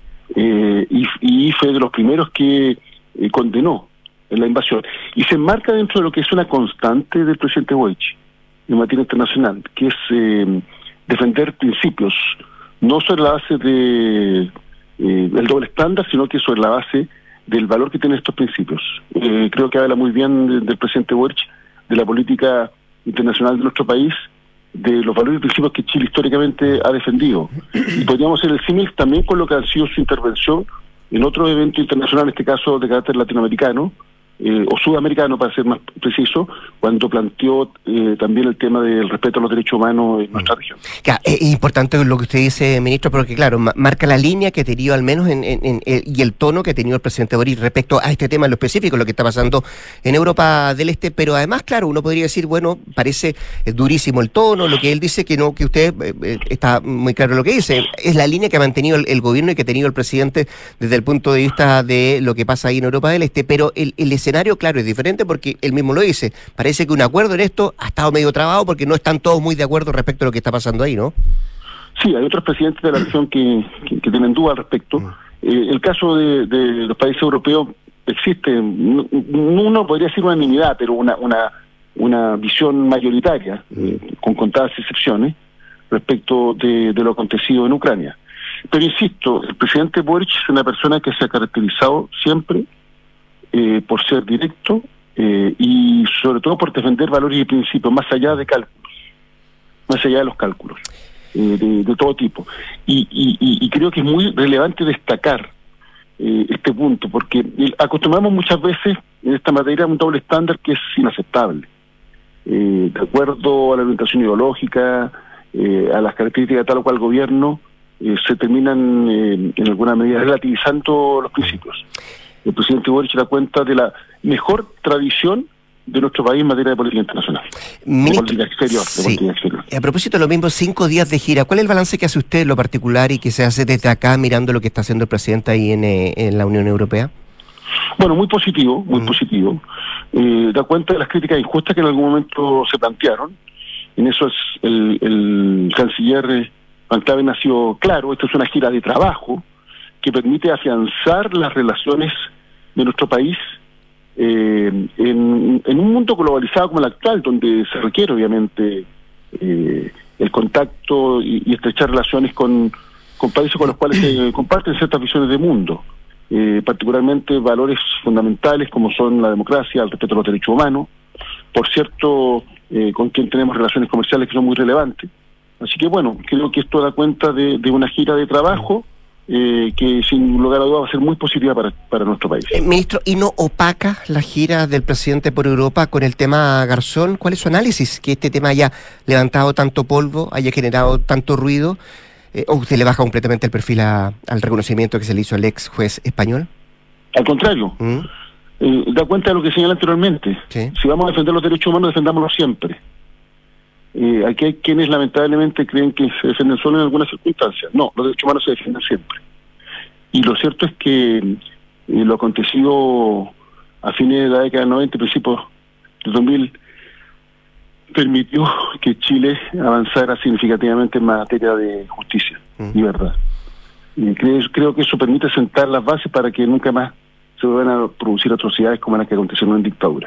Speaker 16: eh, y, y fue de los primeros que eh, condenó la invasión. Y se enmarca dentro de lo que es una constante del presidente Boric en materia internacional, que es eh, defender principios, no sobre la base de eh, el doble estándar, sino que sobre la base del valor que tienen estos principios. Eh, creo que habla muy bien de, del presidente Boric, de la política internacional de nuestro país, de los valores y principios que Chile históricamente ha defendido. Y podríamos hacer el símil también con lo que ha sido su intervención en otro evento internacional, en este caso de carácter latinoamericano, Eh, o sudamericano, para ser más preciso, cuando planteó eh, también el tema del respeto a los derechos humanos en nuestra región.
Speaker 2: Claro, es importante lo que usted dice, ministro, porque claro, marca la línea que ha tenido al menos en, en, en, y el tono que ha tenido el presidente Boric respecto a este tema en lo específico, lo que está pasando en Europa del Este, pero además, claro, uno podría decir, bueno, parece durísimo el tono, lo que él dice, que no, que usted eh, está muy claro lo que dice, es la línea que ha mantenido el, el gobierno y que ha tenido el presidente desde el punto de vista de lo que pasa ahí en Europa del Este, pero el, el escenario, claro, es diferente porque él mismo lo dice. Parece que un acuerdo en esto ha estado medio trabado porque no están todos muy de acuerdo respecto a lo que está pasando ahí, ¿no?
Speaker 16: Sí, hay otros presidentes de la región que, que, que tienen dudas al respecto. Eh, el caso de, de los países europeos existe, no, uno podría decir unanimidad, pero una una una visión mayoritaria, eh, con contadas excepciones, respecto de, de lo acontecido en Ucrania. Pero insisto, el presidente Boric es una persona que se ha caracterizado siempre Eh, por ser directo eh, y sobre todo por defender valores y principios más allá de cálculos, más allá de los cálculos, eh, de, de todo tipo. Y, y, y creo que es muy relevante destacar eh, este punto, porque acostumbramos muchas veces en esta materia a un doble estándar que es inaceptable. Eh, de acuerdo a la orientación ideológica, eh, a las características de tal o cual gobierno, eh, se terminan eh, en alguna medida relativizando los principios. El presidente Boric da cuenta de la mejor tradición de nuestro país en materia de política internacional,
Speaker 2: Ministro,
Speaker 16: de política exterior, de
Speaker 2: sí.
Speaker 16: política exterior.
Speaker 2: A propósito de lo mismo, cinco días de gira, ¿cuál es el balance que hace usted en lo particular y que se hace desde acá mirando lo que está haciendo el presidente ahí en, eh, en la Unión Europea?
Speaker 16: Bueno, muy positivo, muy uh-huh. positivo. Eh, da cuenta de las críticas injustas que en algún momento se plantearon. En eso es el, el canciller Van Claven ha sido claro, esto es una gira de trabajo que permite afianzar las relaciones de nuestro país eh, en, en un mundo globalizado como el actual, donde se requiere obviamente eh, el contacto y, y estrechar relaciones con, con países con los cuales se comparten ciertas visiones de mundo, eh, particularmente valores fundamentales como son la democracia, el respeto a los derechos humanos, por cierto, eh, con quien tenemos relaciones comerciales que son muy relevantes. Así que bueno, creo que esto da cuenta de, de una gira de trabajo Eh, que sin lugar a dudas va a ser muy positiva para, para nuestro país.
Speaker 2: Eh, ministro, ¿y no opaca la gira del presidente por Europa con el tema Garzón? ¿Cuál es su análisis? Que este tema haya levantado tanto polvo, haya generado tanto ruido, eh, ¿o usted le baja completamente el perfil a, al reconocimiento que se le hizo al ex juez español?
Speaker 16: Al contrario, ¿Mm? eh, da cuenta de lo que señalé anteriormente. ¿Sí? Si vamos a defender los derechos humanos, defendámoslos siempre. Eh, aquí hay quienes lamentablemente creen que se defienden solo en algunas circunstancias. No, los derechos humanos se defienden siempre. Y lo cierto es que eh, lo acontecido a fines de la década del noventa y principios del dos mil permitió que Chile avanzara significativamente en materia de justicia mm. y verdad. Y creo, creo que eso permite sentar las bases para que nunca más se vuelvan a producir atrocidades como las que acontecieron en dictadura.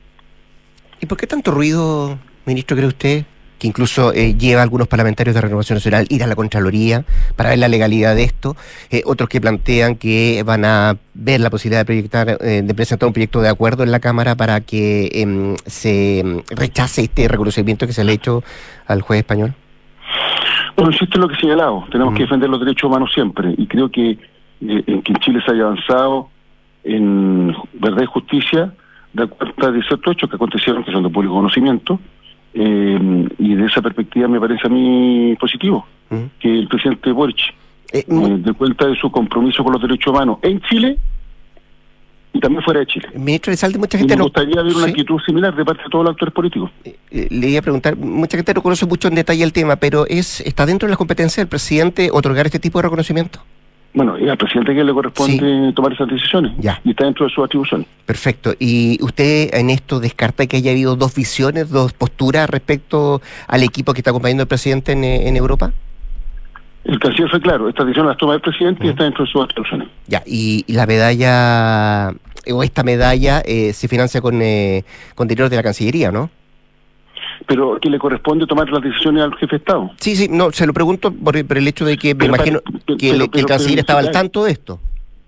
Speaker 2: ¿Y por qué tanto ruido, ministro, cree usted, que incluso eh, lleva a algunos parlamentarios de Renovación Nacional ir a la Contraloría para ver la legalidad de esto? Eh, otros que plantean que van a ver la posibilidad de proyectar, eh, de presentar un proyecto de acuerdo en la Cámara para que eh, se rechace este reconocimiento que se le ha hecho al juez español.
Speaker 16: Bueno, insisto en lo que he señalado. Tenemos mm. que defender los derechos humanos siempre. Y creo que, eh, en que en Chile se haya avanzado en verdad y justicia, de acuerdo de ciertos hechos que acontecieron, que son de público conocimiento, eh, y de esa perspectiva me parece a mí positivo mm. que el presidente Boric eh, eh, dé cuenta de su compromiso con los derechos humanos en Chile y también fuera de Chile.
Speaker 2: Ministro Elizalde, mucha gente
Speaker 16: y me
Speaker 2: no...
Speaker 16: gustaría ver una
Speaker 2: ¿Sí?
Speaker 16: actitud similar de parte de todos los actores políticos.
Speaker 2: Eh, le iba a preguntar, mucha gente no conoce mucho en detalle el tema, pero es está dentro de las competencias del presidente otorgar este tipo de reconocimiento.
Speaker 16: Bueno, es al presidente que le corresponde sí. tomar esas decisiones.
Speaker 2: Ya.
Speaker 16: Y está dentro de sus atribuciones.
Speaker 2: Perfecto. ¿Y usted en esto descarta que haya habido dos visiones, dos posturas respecto al equipo que está acompañando al presidente en, en Europa?
Speaker 16: El canciller fue claro, esta decisión las toma el presidente uh-huh. y está dentro de sus atribuciones.
Speaker 2: Ya, y, y la medalla, o esta medalla, eh, se financia con, eh, con dinero de la Cancillería, ¿no?
Speaker 16: Pero que le corresponde tomar las decisiones al jefe de Estado.
Speaker 2: Sí, sí, no, se lo pregunto por, por el hecho de que
Speaker 16: pero,
Speaker 2: me imagino
Speaker 16: pero,
Speaker 2: que,
Speaker 16: pero,
Speaker 2: el,
Speaker 16: pero,
Speaker 2: que el canciller
Speaker 16: pero,
Speaker 2: estaba
Speaker 16: pero,
Speaker 2: al tanto de esto.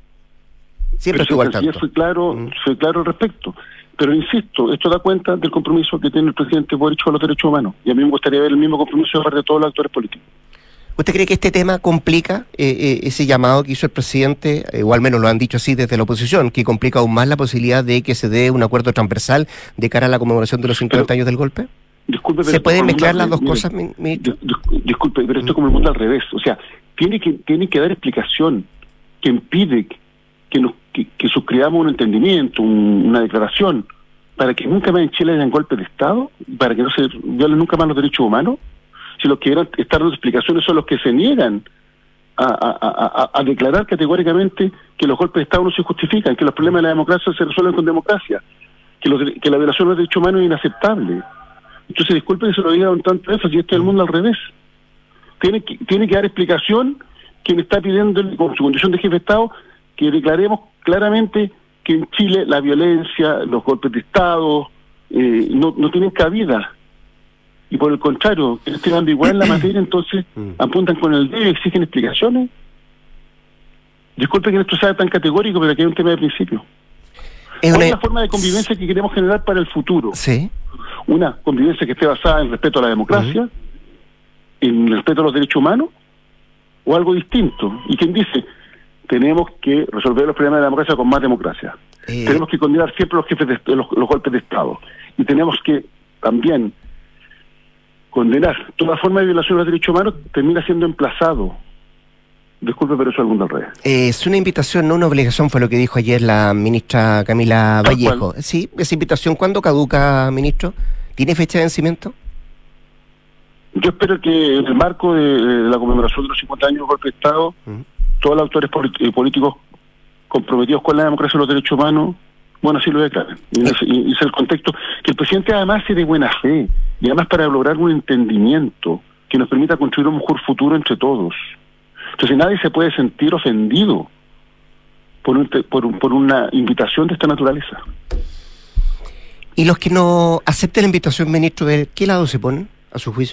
Speaker 2: Siempre estuvo al tanto.
Speaker 16: El canciller fue claro, mm. fue claro al respecto. Pero insisto, esto da cuenta del compromiso que tiene el presidente Boric con los derechos humanos. Y a mí me gustaría ver el mismo compromiso de parte de todos los actores políticos.
Speaker 2: ¿Usted cree que este tema complica eh, eh, ese llamado que hizo el presidente, eh, o al menos lo han dicho así desde la oposición, que complica aún más la posibilidad de que se dé un acuerdo transversal de cara a la conmemoración de los cincuenta pero, años del golpe?
Speaker 16: Disculpe, pero
Speaker 2: ¿Se pueden mezclar las dos
Speaker 16: mire,
Speaker 2: cosas, ministro?
Speaker 16: Disculpe, pero esto es como el mundo al revés. O sea, tiene que tiene que dar explicación que impide que, nos, que, que suscribamos un entendimiento, un, una declaración, para que nunca más en Chile hayan golpes de Estado, para que no se violen nunca más los derechos humanos. Si los que quieran estar dando explicaciones son los que se niegan a, a, a, a declarar categóricamente que los golpes de Estado no se justifican, que los problemas de la democracia se resuelven con democracia, que, los, que la violación de los derechos humanos es inaceptable. Entonces, disculpen que se lo diga con tanto énfasis, esto es el mundo al revés. Tiene que, tiene que dar explicación quien está pidiendo, con su condición de jefe de Estado, que declaremos claramente que en Chile la violencia, los golpes de Estado, eh, no, no tienen cabida. Y por el contrario, que estén ambigüedad en la materia, entonces apuntan con el dedo y exigen explicaciones. Disculpe que esto sea tan categórico, pero aquí hay un tema de principio. Es una... una forma de convivencia que queremos generar para el futuro.
Speaker 2: Sí.
Speaker 16: Una convivencia que esté basada en respeto a la democracia, uh-huh. en el respeto a los derechos humanos, o algo distinto. Y quien dice, tenemos que resolver los problemas de la democracia con más democracia. Eh... Tenemos que condenar siempre los jefes de, los, los golpes de Estado. Y tenemos que también condenar toda forma de violación de los derechos humanos, termina siendo emplazado. Disculpe, pero eso es algún al revés.
Speaker 2: Eh, es una invitación, no una obligación, fue lo que dijo ayer la ministra Camila Vallejo. Sí, esa invitación, ¿cuándo caduca, ministro? ¿Tiene fecha de vencimiento?
Speaker 16: Yo espero que en el marco de, de la conmemoración de los cincuenta años del golpe de Estado, uh-huh. todos los actores politi- políticos comprometidos con la democracia y los derechos humanos, bueno, así lo declaran. Y ese y, y es el contexto. Que el presidente además sea de buena fe, y además para lograr un entendimiento que nos permita construir un mejor futuro entre todos. Entonces nadie se puede sentir ofendido por, un, por, un, por una invitación de esta naturaleza.
Speaker 2: ¿Y los que no acepten la invitación, ministro, de qué lado se ponen, a su juicio?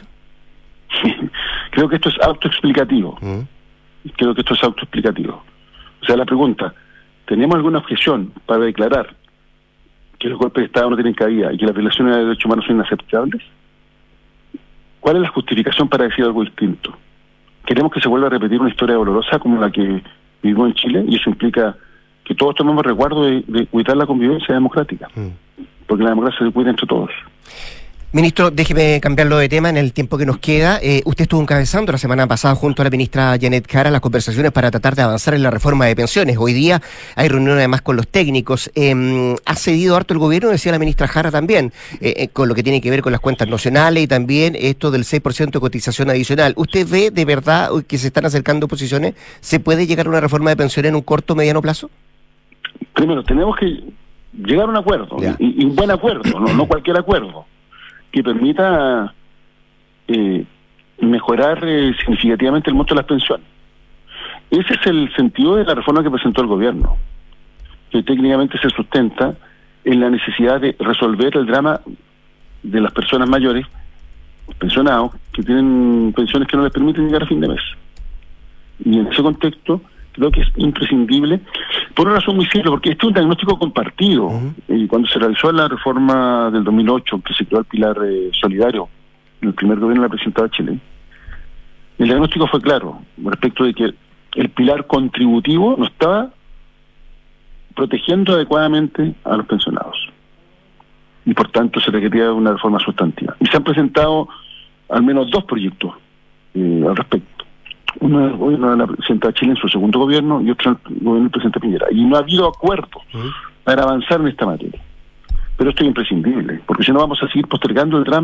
Speaker 16: Creo que esto es autoexplicativo. Uh-huh. Creo que esto es autoexplicativo. O sea, la pregunta, ¿tenemos alguna objeción para declarar que los golpes de Estado no tienen cabida y que las violaciones de derechos humanos son inaceptables? ¿Cuál es la justificación para decir algo distinto? ¿Queremos que se vuelva a repetir una historia dolorosa como la que vivimos en Chile? Y eso implica que todos tomemos resguardo de, de cuidar la convivencia democrática, mm. porque la democracia se cuida entre todos.
Speaker 2: Ministro, déjeme cambiarlo de tema en el tiempo que nos queda. Eh, usted estuvo encabezando la semana pasada junto a la ministra Janet Jara las conversaciones para tratar de avanzar en la reforma de pensiones. Hoy día hay reunión además con los técnicos. Eh, ha cedido harto el gobierno, decía la ministra Jara también, eh, eh, con lo que tiene que ver con las cuentas nacionales y también esto del seis por ciento de cotización adicional. ¿Usted ve de verdad que se están acercando posiciones? ¿Se puede llegar a una reforma de pensiones en un corto o mediano plazo?
Speaker 16: Primero, tenemos que llegar a un acuerdo, y, y un buen acuerdo, no, no cualquier acuerdo, que permita eh, mejorar eh, significativamente el monto de las pensiones. Ese es el sentido de la reforma que presentó el gobierno, que técnicamente se sustenta en la necesidad de resolver el drama de las personas mayores, pensionados, que tienen pensiones que no les permiten llegar a fin de mes. Y en ese contexto creo que es imprescindible, por una razón muy simple, porque este es un diagnóstico compartido. Uh-huh. Y cuando se realizó la reforma del dos mil ocho, que se creó el pilar eh, solidario, en el primer gobierno de la presidenta Bachelet, el diagnóstico fue claro, respecto de que el pilar contributivo no estaba protegiendo adecuadamente a los pensionados. Y por tanto se requería una reforma sustantiva. Y se han presentado al menos dos proyectos eh, al respecto. Uno del gobierno de la presidenta Chile en su segundo gobierno y otro el gobierno del presidente Piñera. Y no ha habido acuerdo uh-huh. para avanzar en esta materia. Pero esto es imprescindible, porque si no vamos a seguir postergando el drama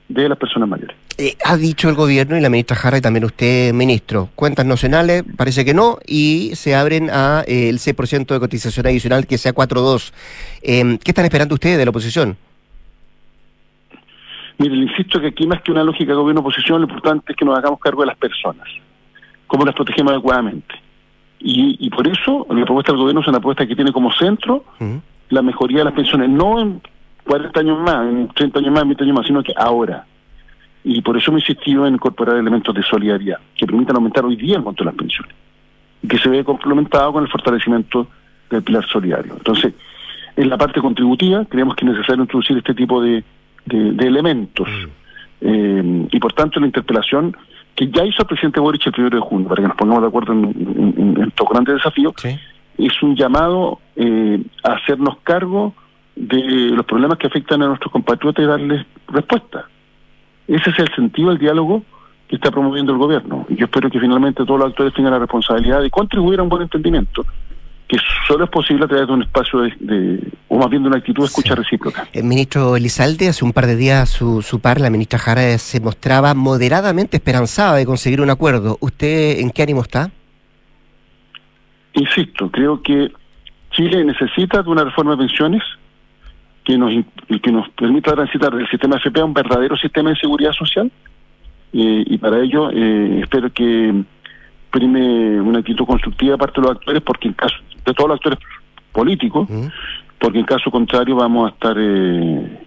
Speaker 16: de las personas mayores.
Speaker 2: Eh, ha dicho el gobierno y la ministra Jara y también usted, ministro, cuentas nacionales, parece que no, y se abren a eh, el seis por ciento de cotización adicional, que sea cuatro punto dos. Eh, ¿Qué están esperando ustedes de la oposición?
Speaker 16: Mire, le insisto que aquí más que una lógica de gobierno-oposición, lo importante es que nos hagamos cargo de las personas, cómo las protegemos adecuadamente. Y, y por eso la propuesta del gobierno es una propuesta que tiene como centro uh-huh. la mejoría de las pensiones, no en cuarenta años más, en treinta años más, en veinte años más, sino que ahora. Y por eso me he insistido en incorporar elementos de solidaridad que permitan aumentar hoy día el monto de las pensiones y que se ve complementado con el fortalecimiento del pilar solidario. Entonces, en la parte contributiva creemos que es necesario introducir este tipo de De, de elementos eh, y por tanto la interpelación que ya hizo el presidente Boric el primero de junio, para que nos pongamos de acuerdo en, en, en estos grandes desafíos, sí. es un llamado eh, a hacernos cargo de los problemas que afectan a nuestros compatriotas y darles respuesta. Ese es el sentido del diálogo que está promoviendo el gobierno. Y yo espero que finalmente todos los actores tengan la responsabilidad de contribuir a un buen entendimiento, que solo es posible a través de un espacio de, de o más bien de una actitud de escucha sí. recíproca.
Speaker 2: El ministro Elizalde, hace un par de días su, su par, la ministra Jara, se mostraba moderadamente esperanzada de conseguir un acuerdo. ¿Usted en qué ánimo está?
Speaker 16: Insisto, creo que Chile necesita de una reforma de pensiones que nos que nos permita transitar del sistema F P a un verdadero sistema de seguridad social eh, y para ello eh, espero que prime una actitud constructiva de parte de los actores, porque en caso de todos los actores políticos, uh-huh. porque en caso contrario vamos a estar eh,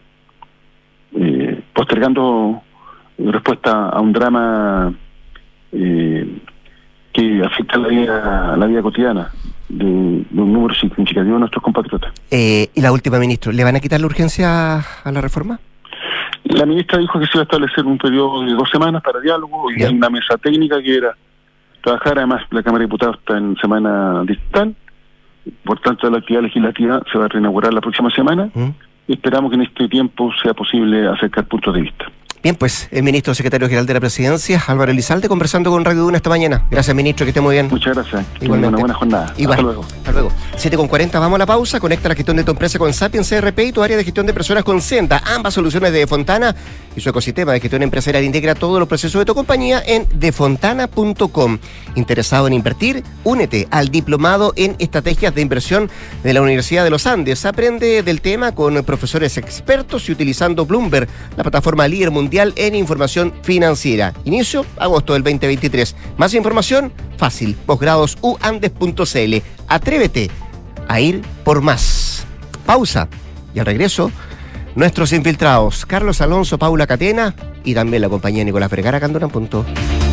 Speaker 16: eh, postergando respuesta a un drama eh, que afecta la vida, la vida cotidiana de, de un número significativo de nuestros compatriotas.
Speaker 2: Eh, y la última, ministro, ¿le van a quitar la urgencia a la reforma?
Speaker 16: La ministra dijo que se iba a establecer un periodo de dos semanas para diálogo y hay una mesa técnica que era trabajar. Además, la Cámara de Diputados está en semana digital, por tanto la actividad legislativa se va a reinaugurar la próxima semana ¿Mm? y esperamos que en este tiempo sea posible acercar puntos de vista.
Speaker 2: Bien, pues el ministro secretario general de la Presidencia, Álvaro Elizalde, conversando con Radio Duna esta mañana. Gracias, ministro, que esté muy bien.
Speaker 16: Muchas gracias.
Speaker 2: Igualmente.
Speaker 16: Una buena jornada.
Speaker 2: Igual.
Speaker 16: Hasta luego.
Speaker 2: Hasta luego. siete con cuarenta, vamos a la pausa. Conecta la gestión de tu empresa con Sapiens C R P y tu área de gestión de personas con Senda. Ambas soluciones de Defontana y su ecosistema de gestión empresarial integra todos los procesos de tu compañía en defontana punto com. ¿Interesado en invertir? Únete al diplomado en estrategias de inversión de la Universidad de los Andes. Aprende del tema con profesores expertos y utilizando Bloomberg, la plataforma líder mundial en información financiera. Inicio agosto del veinte veintitrés. Más información, fácil, posgrados u andes punto c l. Atrévete a ir por más. Pausa y al regreso, nuestros infiltrados, Carlos Alonso, Paula Catena y también la compañía Nicolás Vergara, acá en Duna en Punto.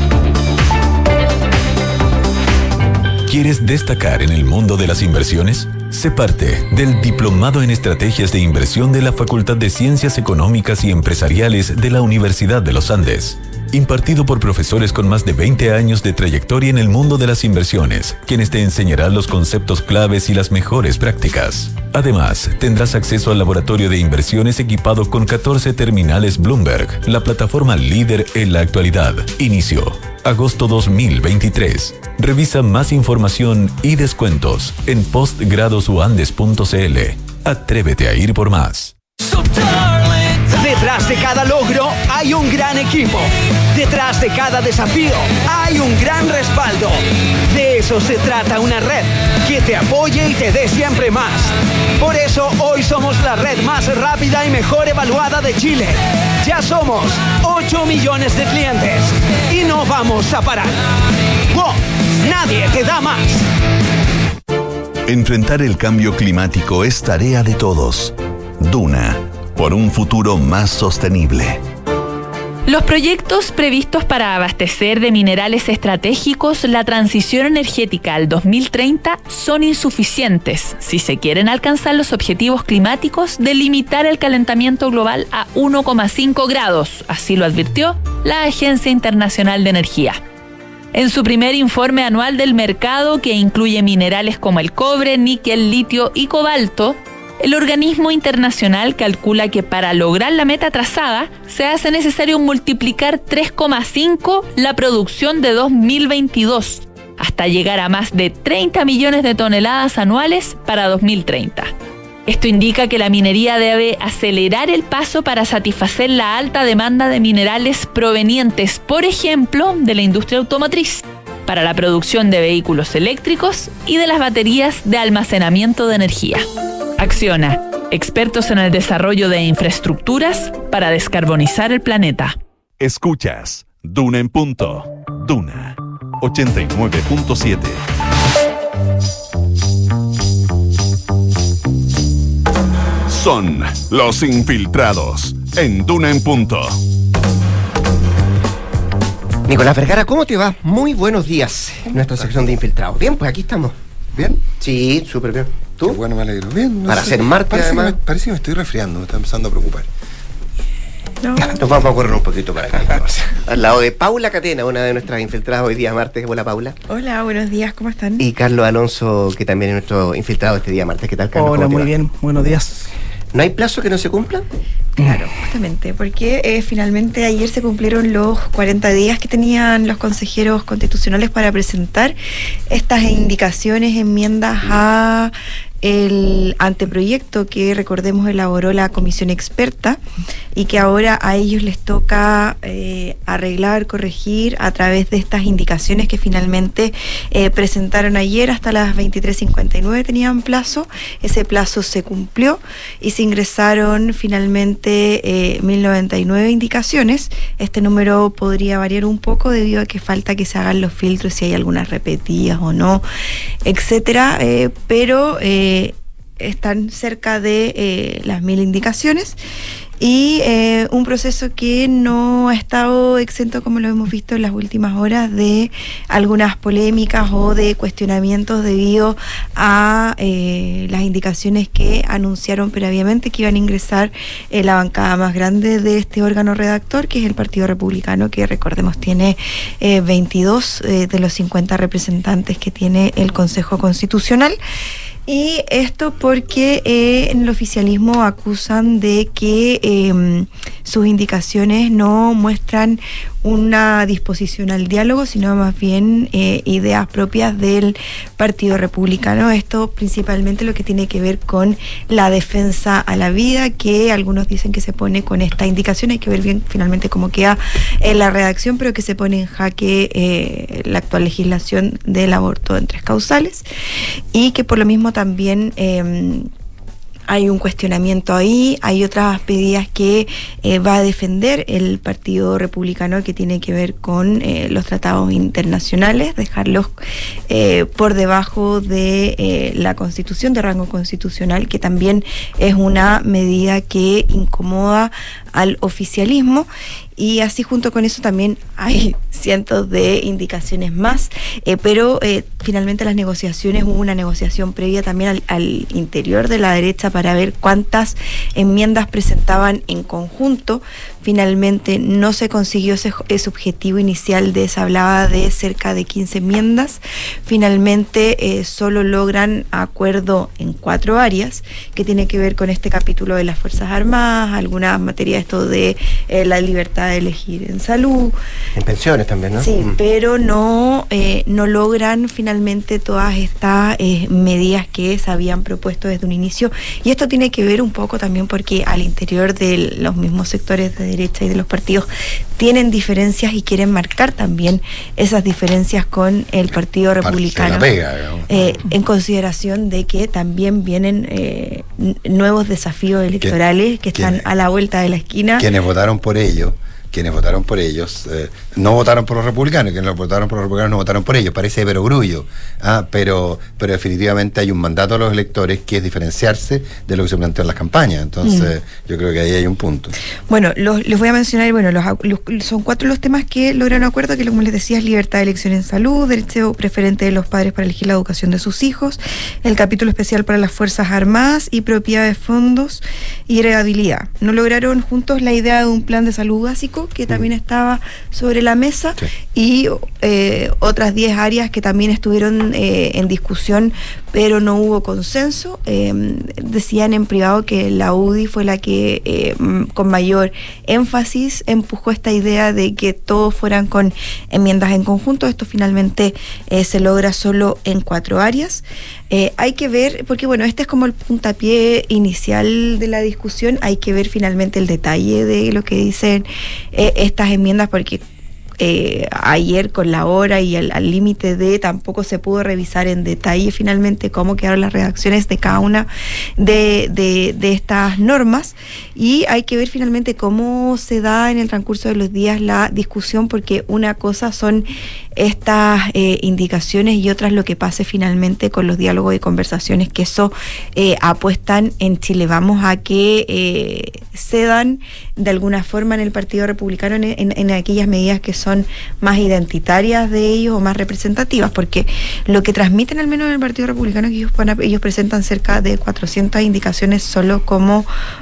Speaker 13: ¿Quieres destacar en el mundo de las inversiones? Sé parte del Diplomado en Estrategias de Inversión de la Facultad de Ciencias Económicas y Empresariales de la Universidad de los Andes. Impartido por profesores con más de veinte años de trayectoria en el mundo de las inversiones, quienes te enseñarán los conceptos claves y las mejores prácticas. Además, tendrás acceso al laboratorio de inversiones equipado con catorce terminales Bloomberg, la plataforma líder en la actualidad. Inicio agosto dos mil veintitrés. Revisa más información y descuentos en postgrados u andes punto c l. Atrévete a ir por más.
Speaker 6: Detrás de cada logro hay un gran equipo. Detrás de cada desafío hay un gran respaldo. De eso se trata una red que te apoye y te dé siempre más. Por eso hoy somos la red más rápida y mejor evaluada de Chile. Ya somos ocho millones de clientes y no vamos a parar. ¡Wow! Nadie te da más.
Speaker 1: Enfrentar el cambio climático es tarea de todos. Duna, por un futuro más sostenible.
Speaker 11: Los proyectos previstos para abastecer de minerales estratégicos la transición energética al dos mil treinta son insuficientes si se quieren alcanzar los objetivos climáticos de limitar el calentamiento global a uno coma cinco grados, así lo advirtió la Agencia Internacional de Energía. En su primer informe anual del mercado, que incluye minerales como el cobre, níquel, litio y cobalto, el organismo internacional calcula que para lograr la meta trazada se hace necesario multiplicar tres coma cinco la producción de dos mil veintidós, hasta llegar a más de treinta millones de toneladas anuales para dos mil treinta. Esto indica que la minería debe acelerar el paso para satisfacer la alta demanda de minerales provenientes, por ejemplo, de la industria automotriz, para la producción de vehículos eléctricos y de las baterías de almacenamiento de energía. Acciona, expertos en el desarrollo de infraestructuras para descarbonizar el planeta.
Speaker 1: Escuchas Duna en Punto. Duna ochenta y nueve punto siete. Son los infiltrados en Duna en Punto.
Speaker 2: Nicolás Vergara, ¿cómo te va? Muy buenos días. Nuestra sección de infiltrados. Bien, pues aquí estamos.
Speaker 17: ¿Bien?
Speaker 2: Sí, súper bien. ¿Tú?
Speaker 17: Qué bueno, me alegro. Bien. No
Speaker 2: Para
Speaker 17: sé,
Speaker 2: ser martes,
Speaker 17: parece
Speaker 2: además.
Speaker 17: Que me, parece que me estoy resfriando, me está empezando a preocupar.
Speaker 2: No. Nos vamos a correr un poquito para acá. Al lado de Paula Catena, una de nuestras infiltradas hoy día martes. Hola, Paula.
Speaker 18: Hola, buenos días, ¿cómo están?
Speaker 2: Y Carlos Alonso, que también es nuestro infiltrado este día martes. ¿Qué tal, Carlos?
Speaker 18: Hola, muy
Speaker 2: va?
Speaker 18: bien, buenos días.
Speaker 2: ¿No hay plazo que no se cumpla?
Speaker 18: Claro, justamente, porque eh, finalmente ayer se cumplieron los cuarenta días que tenían los consejeros constitucionales para presentar estas indicaciones, enmiendas a el anteproyecto que, recordemos, elaboró la comisión experta y que ahora a ellos les toca eh, arreglar, corregir a través de estas indicaciones que finalmente eh, presentaron ayer. Hasta las veintitrés cincuenta y nueve tenían plazo, ese plazo se cumplió y se ingresaron finalmente eh, mil noventa y nueve indicaciones. Este número podría variar un poco debido a que falta que se hagan los filtros, si hay algunas repetidas o no, etcétera, eh, pero eh, están cerca de eh, las mil indicaciones y eh, un proceso que no ha estado exento, como lo hemos visto en las últimas horas, de algunas polémicas o de cuestionamientos debido a eh, las indicaciones que anunciaron previamente que iban a ingresar eh, la bancada más grande de este órgano redactor, que es el Partido Republicano, que, recordemos, tiene eh, veintidós eh, de los cincuenta representantes que tiene el Consejo Constitucional. Y esto porque eh, en el oficialismo acusan de que eh, sus indicaciones no muestran una disposición al diálogo, sino más bien eh, ideas propias del Partido Republicano. Esto principalmente lo que tiene que ver con la defensa a la vida, que algunos dicen que se pone con esta indicación. Hay que ver bien finalmente cómo queda en la redacción, pero que se pone en jaque eh, la actual legislación del aborto en tres causales, y que por lo mismo también eh, hay un cuestionamiento ahí. Hay otras medidas que eh, va a defender el Partido Republicano, que tiene que ver con eh, los tratados internacionales, dejarlos eh, por debajo de eh, la Constitución, de rango constitucional, que también es una medida que incomoda al oficialismo. Y así, junto con eso, también hay cientos de indicaciones más, eh, pero eh, finalmente las negociaciones, hubo una negociación previa también al, al interior de la derecha para ver cuántas enmiendas presentaban en conjunto. Finalmente no se consiguió ese, ese objetivo inicial de, se hablaba de cerca de quince enmiendas. Finalmente eh, solo logran acuerdo en cuatro áreas, que tiene que ver con este capítulo de las Fuerzas Armadas, algunas materias, esto de eh, la libertad de elegir en salud.
Speaker 2: En pensiones también, ¿no?
Speaker 18: Sí,
Speaker 2: Mm.
Speaker 18: pero no, eh, no logran finalmente todas estas eh, medidas que se habían propuesto desde un inicio. Y esto tiene que ver un poco también porque al interior de los mismos sectores de derecha y de los partidos tienen diferencias y quieren marcar también esas diferencias con el Partido Republicano.
Speaker 17: Se la pega, digamos.
Speaker 18: Eh, en consideración de que también vienen eh, n- nuevos desafíos electorales que están
Speaker 17: ¿Quién?
Speaker 18: a la vuelta de la esquina.
Speaker 17: Quienes votaron por ello, quienes votaron por ellos, eh, no votaron por los republicanos, quienes votaron por los republicanos no votaron por ellos, parece perogrullo, ah, pero, pero definitivamente hay un mandato a los electores que es diferenciarse de lo que se planteó en las campañas. Entonces, mm. yo creo que ahí hay un punto.
Speaker 18: Bueno, los, les voy a mencionar, bueno, los, los, son cuatro los temas que lograron acuerdo, que como les decía es libertad de elección en salud, derecho preferente de los padres para elegir la educación de sus hijos, el capítulo especial para las Fuerzas Armadas y propiedad de fondos y heredabilidad. No lograron juntos la idea de un plan de salud básico, que también estaba sobre la mesa, sí. y eh, otras diez áreas que también estuvieron eh, en discusión pero no hubo consenso. Eh, decían en privado que la U D I fue la que eh, con mayor énfasis empujó esta idea de que todos fueran con enmiendas en conjunto. Esto finalmente eh, se logra solo en cuatro áreas. Eh, hay que ver, porque bueno, este es como el puntapié inicial de la discusión, hay que ver finalmente el detalle de lo que dicen eh, estas enmiendas, porque Eh, ayer con la hora y al límite de tampoco se pudo revisar en detalle finalmente cómo quedaron las redacciones de cada una de, de, de estas normas, y hay que ver finalmente cómo se da en el transcurso de los días la discusión, porque una cosa son estas eh, indicaciones y otras lo que pase finalmente con los diálogos y conversaciones, que eso eh, apuestan en Chile Vamos a que eh, cedan de alguna forma en el Partido Republicano en, en, en aquellas medidas que son más identitarias de ellos o más representativas, porque lo que transmiten al menos en el Partido Republicano es que ellos, van a, ellos presentan cerca de cuatrocientas indicaciones solo como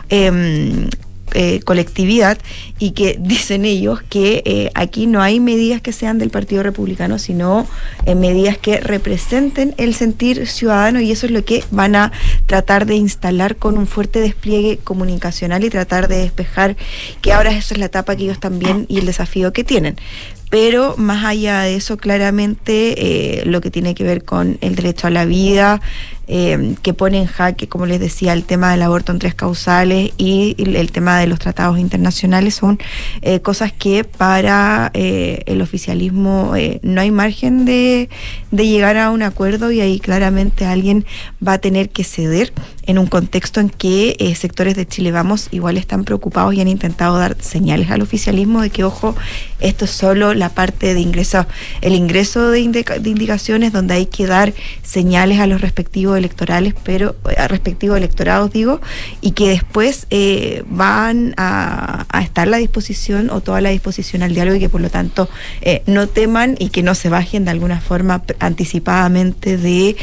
Speaker 18: eh, Eh, colectividad, y que dicen ellos que eh, aquí no hay medidas que sean del Partido Republicano, sino eh, medidas que representen el sentir ciudadano, y eso es lo que van a tratar de instalar con un fuerte despliegue comunicacional y tratar de despejar que ahora esa es la etapa que ellos también y el desafío que tienen. Pero más allá de eso, claramente eh, lo que tiene que ver con el derecho a la vida, eh, que pone en jaque, como les decía, el tema del aborto en tres causales y el, el tema de los tratados internacionales, son eh, cosas que para eh, el oficialismo eh, no hay margen de, de llegar a un acuerdo, y ahí claramente alguien va a tener que ceder en un contexto en que eh, sectores de Chile Vamos igual están preocupados y han intentado dar señales al oficialismo de que, ojo, esto es solo la parte de ingreso, el ingreso de, indica, de indicaciones, donde hay que dar señales a los respectivos electorales, pero a respectivos electorados digo, y que después eh, van a, a estar la disposición o toda la disposición al diálogo, y que por lo tanto eh, no teman y que no se bajen de alguna forma anticipadamente de,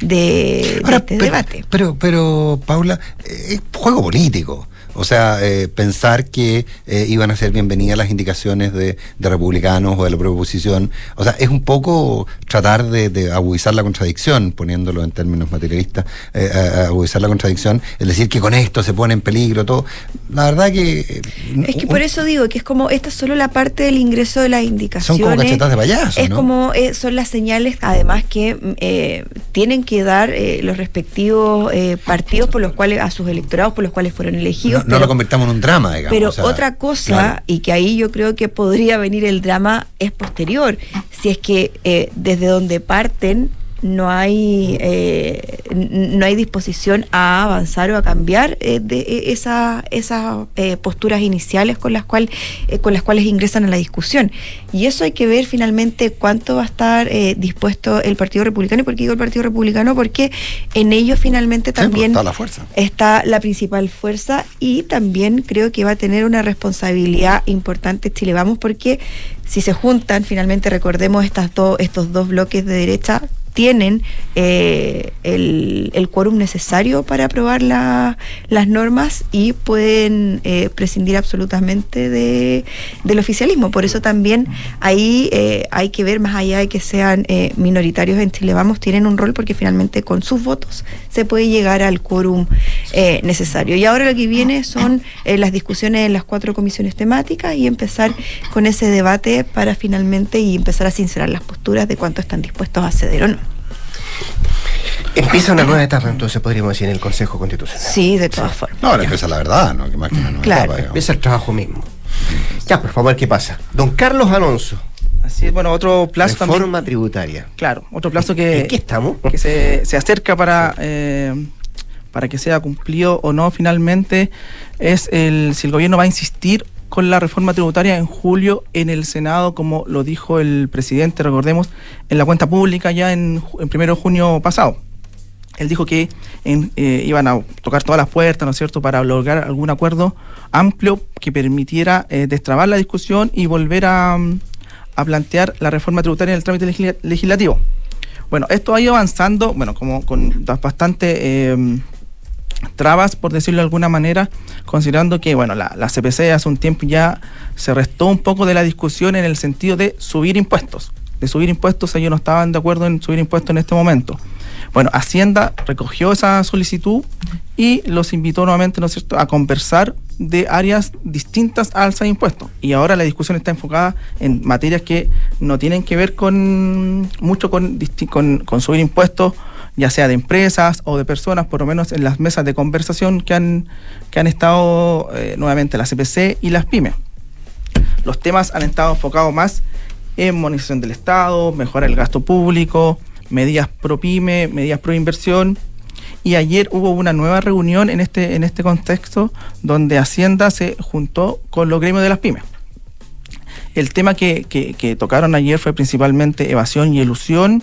Speaker 18: de,
Speaker 17: Ahora,
Speaker 18: de este
Speaker 17: pero,
Speaker 18: debate.
Speaker 17: Pero, pero Paula, es juego político. O sea, eh, pensar que eh, iban a ser bienvenidas las indicaciones de, de republicanos o de la proposición, o sea, es un poco tratar de, de agudizar la contradicción, poniéndolo en términos materialistas, eh, agudizar la contradicción, es decir, que con esto se pone en peligro todo. La verdad que... Eh,
Speaker 18: es que por eso digo que es como, esta es solo la parte del ingreso de las indicaciones.
Speaker 17: Son como cachetas de payaso,
Speaker 18: Es
Speaker 17: ¿no?
Speaker 18: como, eh, son las señales, además, que eh, tienen que dar eh, los respectivos eh, partidos por los cuales, a sus electorados por los cuales fueron elegidos.
Speaker 17: No, no lo convertamos en un drama, digamos.
Speaker 18: Pero
Speaker 17: o sea,
Speaker 18: otra cosa,
Speaker 17: claro.
Speaker 18: y que ahí yo creo que podría venir el drama, es posterior. Si es que eh, desde donde parten no hay eh, no hay disposición a avanzar o a cambiar eh, de esa, esas eh, posturas iniciales con las cuales eh, con las cuales ingresan a la discusión, y eso hay que ver finalmente cuánto va a estar eh, dispuesto el Partido Republicano. ¿Y por qué digo el Partido Republicano? Porque en ellos finalmente también
Speaker 17: sí, pues, está la fuerza,
Speaker 18: está la principal fuerza, y también creo que va a tener una responsabilidad importante Chile Vamos, porque si se juntan finalmente, recordemos, estas dos estos dos bloques de derecha tienen eh, el, el quórum necesario para aprobar la, las normas, y pueden eh, prescindir absolutamente de, del oficialismo. Por eso también ahí eh, hay que ver, más allá de que sean eh, minoritarios en Chile Vamos, tienen un rol, porque finalmente con sus votos se puede llegar al quórum eh, necesario. Y ahora lo que viene son eh, las discusiones en las cuatro comisiones temáticas, y empezar con ese debate para finalmente y empezar a sincerar las posturas de cuánto están dispuestos a ceder o no.
Speaker 2: Empieza una nueva etapa, entonces podríamos decir, en el Consejo Constitucional.
Speaker 18: Sí, de todas formas.
Speaker 17: No, ahora empieza la verdad, ¿no? Que más que una nueva
Speaker 2: claro,
Speaker 17: etapa,
Speaker 2: empieza el trabajo mismo. Ya, pues vamos a ver qué pasa. Don Carlos Alonso.
Speaker 19: Así es, bueno, otro plazo
Speaker 2: Reforma
Speaker 19: también.
Speaker 2: tributaria.
Speaker 19: Claro, otro plazo que...
Speaker 2: ¿En qué estamos?
Speaker 19: Que se, se acerca para... Eh, para que sea cumplido o no finalmente, es el si el gobierno va a insistir con la reforma tributaria en julio en el Senado, como lo dijo el presidente, recordemos, en la cuenta pública ya en, en primero de junio pasado. Él dijo que en, eh, iban a tocar todas las puertas, ¿no es cierto?, para lograr algún acuerdo amplio que permitiera eh, destrabar la discusión y volver a, a plantear la reforma tributaria en el trámite legis- legislativo. Bueno, esto ha ido avanzando, bueno, como con bastante... Eh, trabas, por decirlo de alguna manera, considerando que, bueno, la, la C P C hace un tiempo ya se restó un poco de la discusión en el sentido de subir impuestos. De subir impuestos, ellos no estaban de acuerdo en subir impuestos en este momento. Bueno, Hacienda recogió esa solicitud y los invitó nuevamente, ¿no es cierto?, a conversar de áreas distintas a alza de impuestos. Y ahora la discusión está enfocada en materias que no tienen que ver con mucho con, con, con subir impuestos, ya sea de empresas o de personas, por lo menos en las mesas de conversación que han, que han estado eh, nuevamente la C P C y las pymes. Los temas han estado enfocados más en modernización del Estado, mejorar el gasto público, medidas pro pyme, medidas pro inversión. Y ayer hubo una nueva reunión en este, en este contexto donde Hacienda se juntó con los gremios de las pymes. El tema que, que, que tocaron ayer fue principalmente evasión y elusión.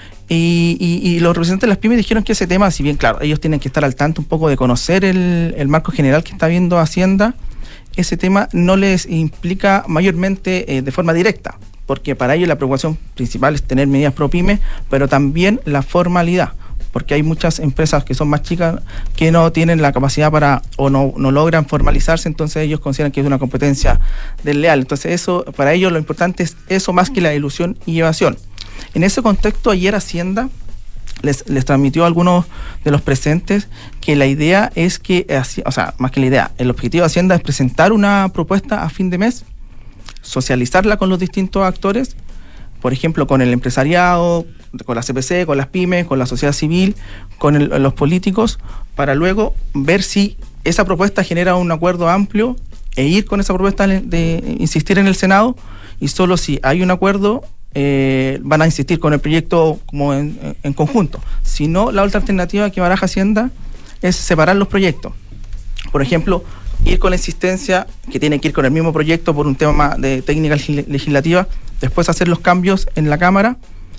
Speaker 19: Y, y, y los representantes de las pymes dijeron que ese tema, si bien claro, ellos tienen que estar al tanto un poco de conocer el, el marco general que está viendo Hacienda, ese tema no les implica mayormente eh, de forma directa, porque para ellos la preocupación principal es tener medidas pro pyme, pero también la formalidad, porque hay muchas empresas que son más chicas que no tienen la capacidad para o no, no logran formalizarse, entonces ellos consideran que es una competencia desleal. Entonces eso, para ellos lo importante es eso más que la ilusión y evasión. En ese contexto, ayer Hacienda les, les transmitió a algunos de los presentes que la idea es que, o sea, más que la idea, el objetivo de Hacienda es presentar una propuesta a fin de mes, socializarla con los distintos actores, por ejemplo, con el empresariado, con la C P C, con las pymes, con la sociedad civil, con el, los políticos, para luego ver si esa propuesta genera un acuerdo amplio e ir con esa propuesta de, de insistir en el Senado, y solo si hay un acuerdo eh, van a insistir con el proyecto como en, en conjunto. Si no, la otra alternativa que baraja Hacienda es separar los proyectos. Por ejemplo, ir con la insistencia que tiene que ir con el mismo proyecto por un tema más de técnica legislativa, después hacer los cambios en la Cámara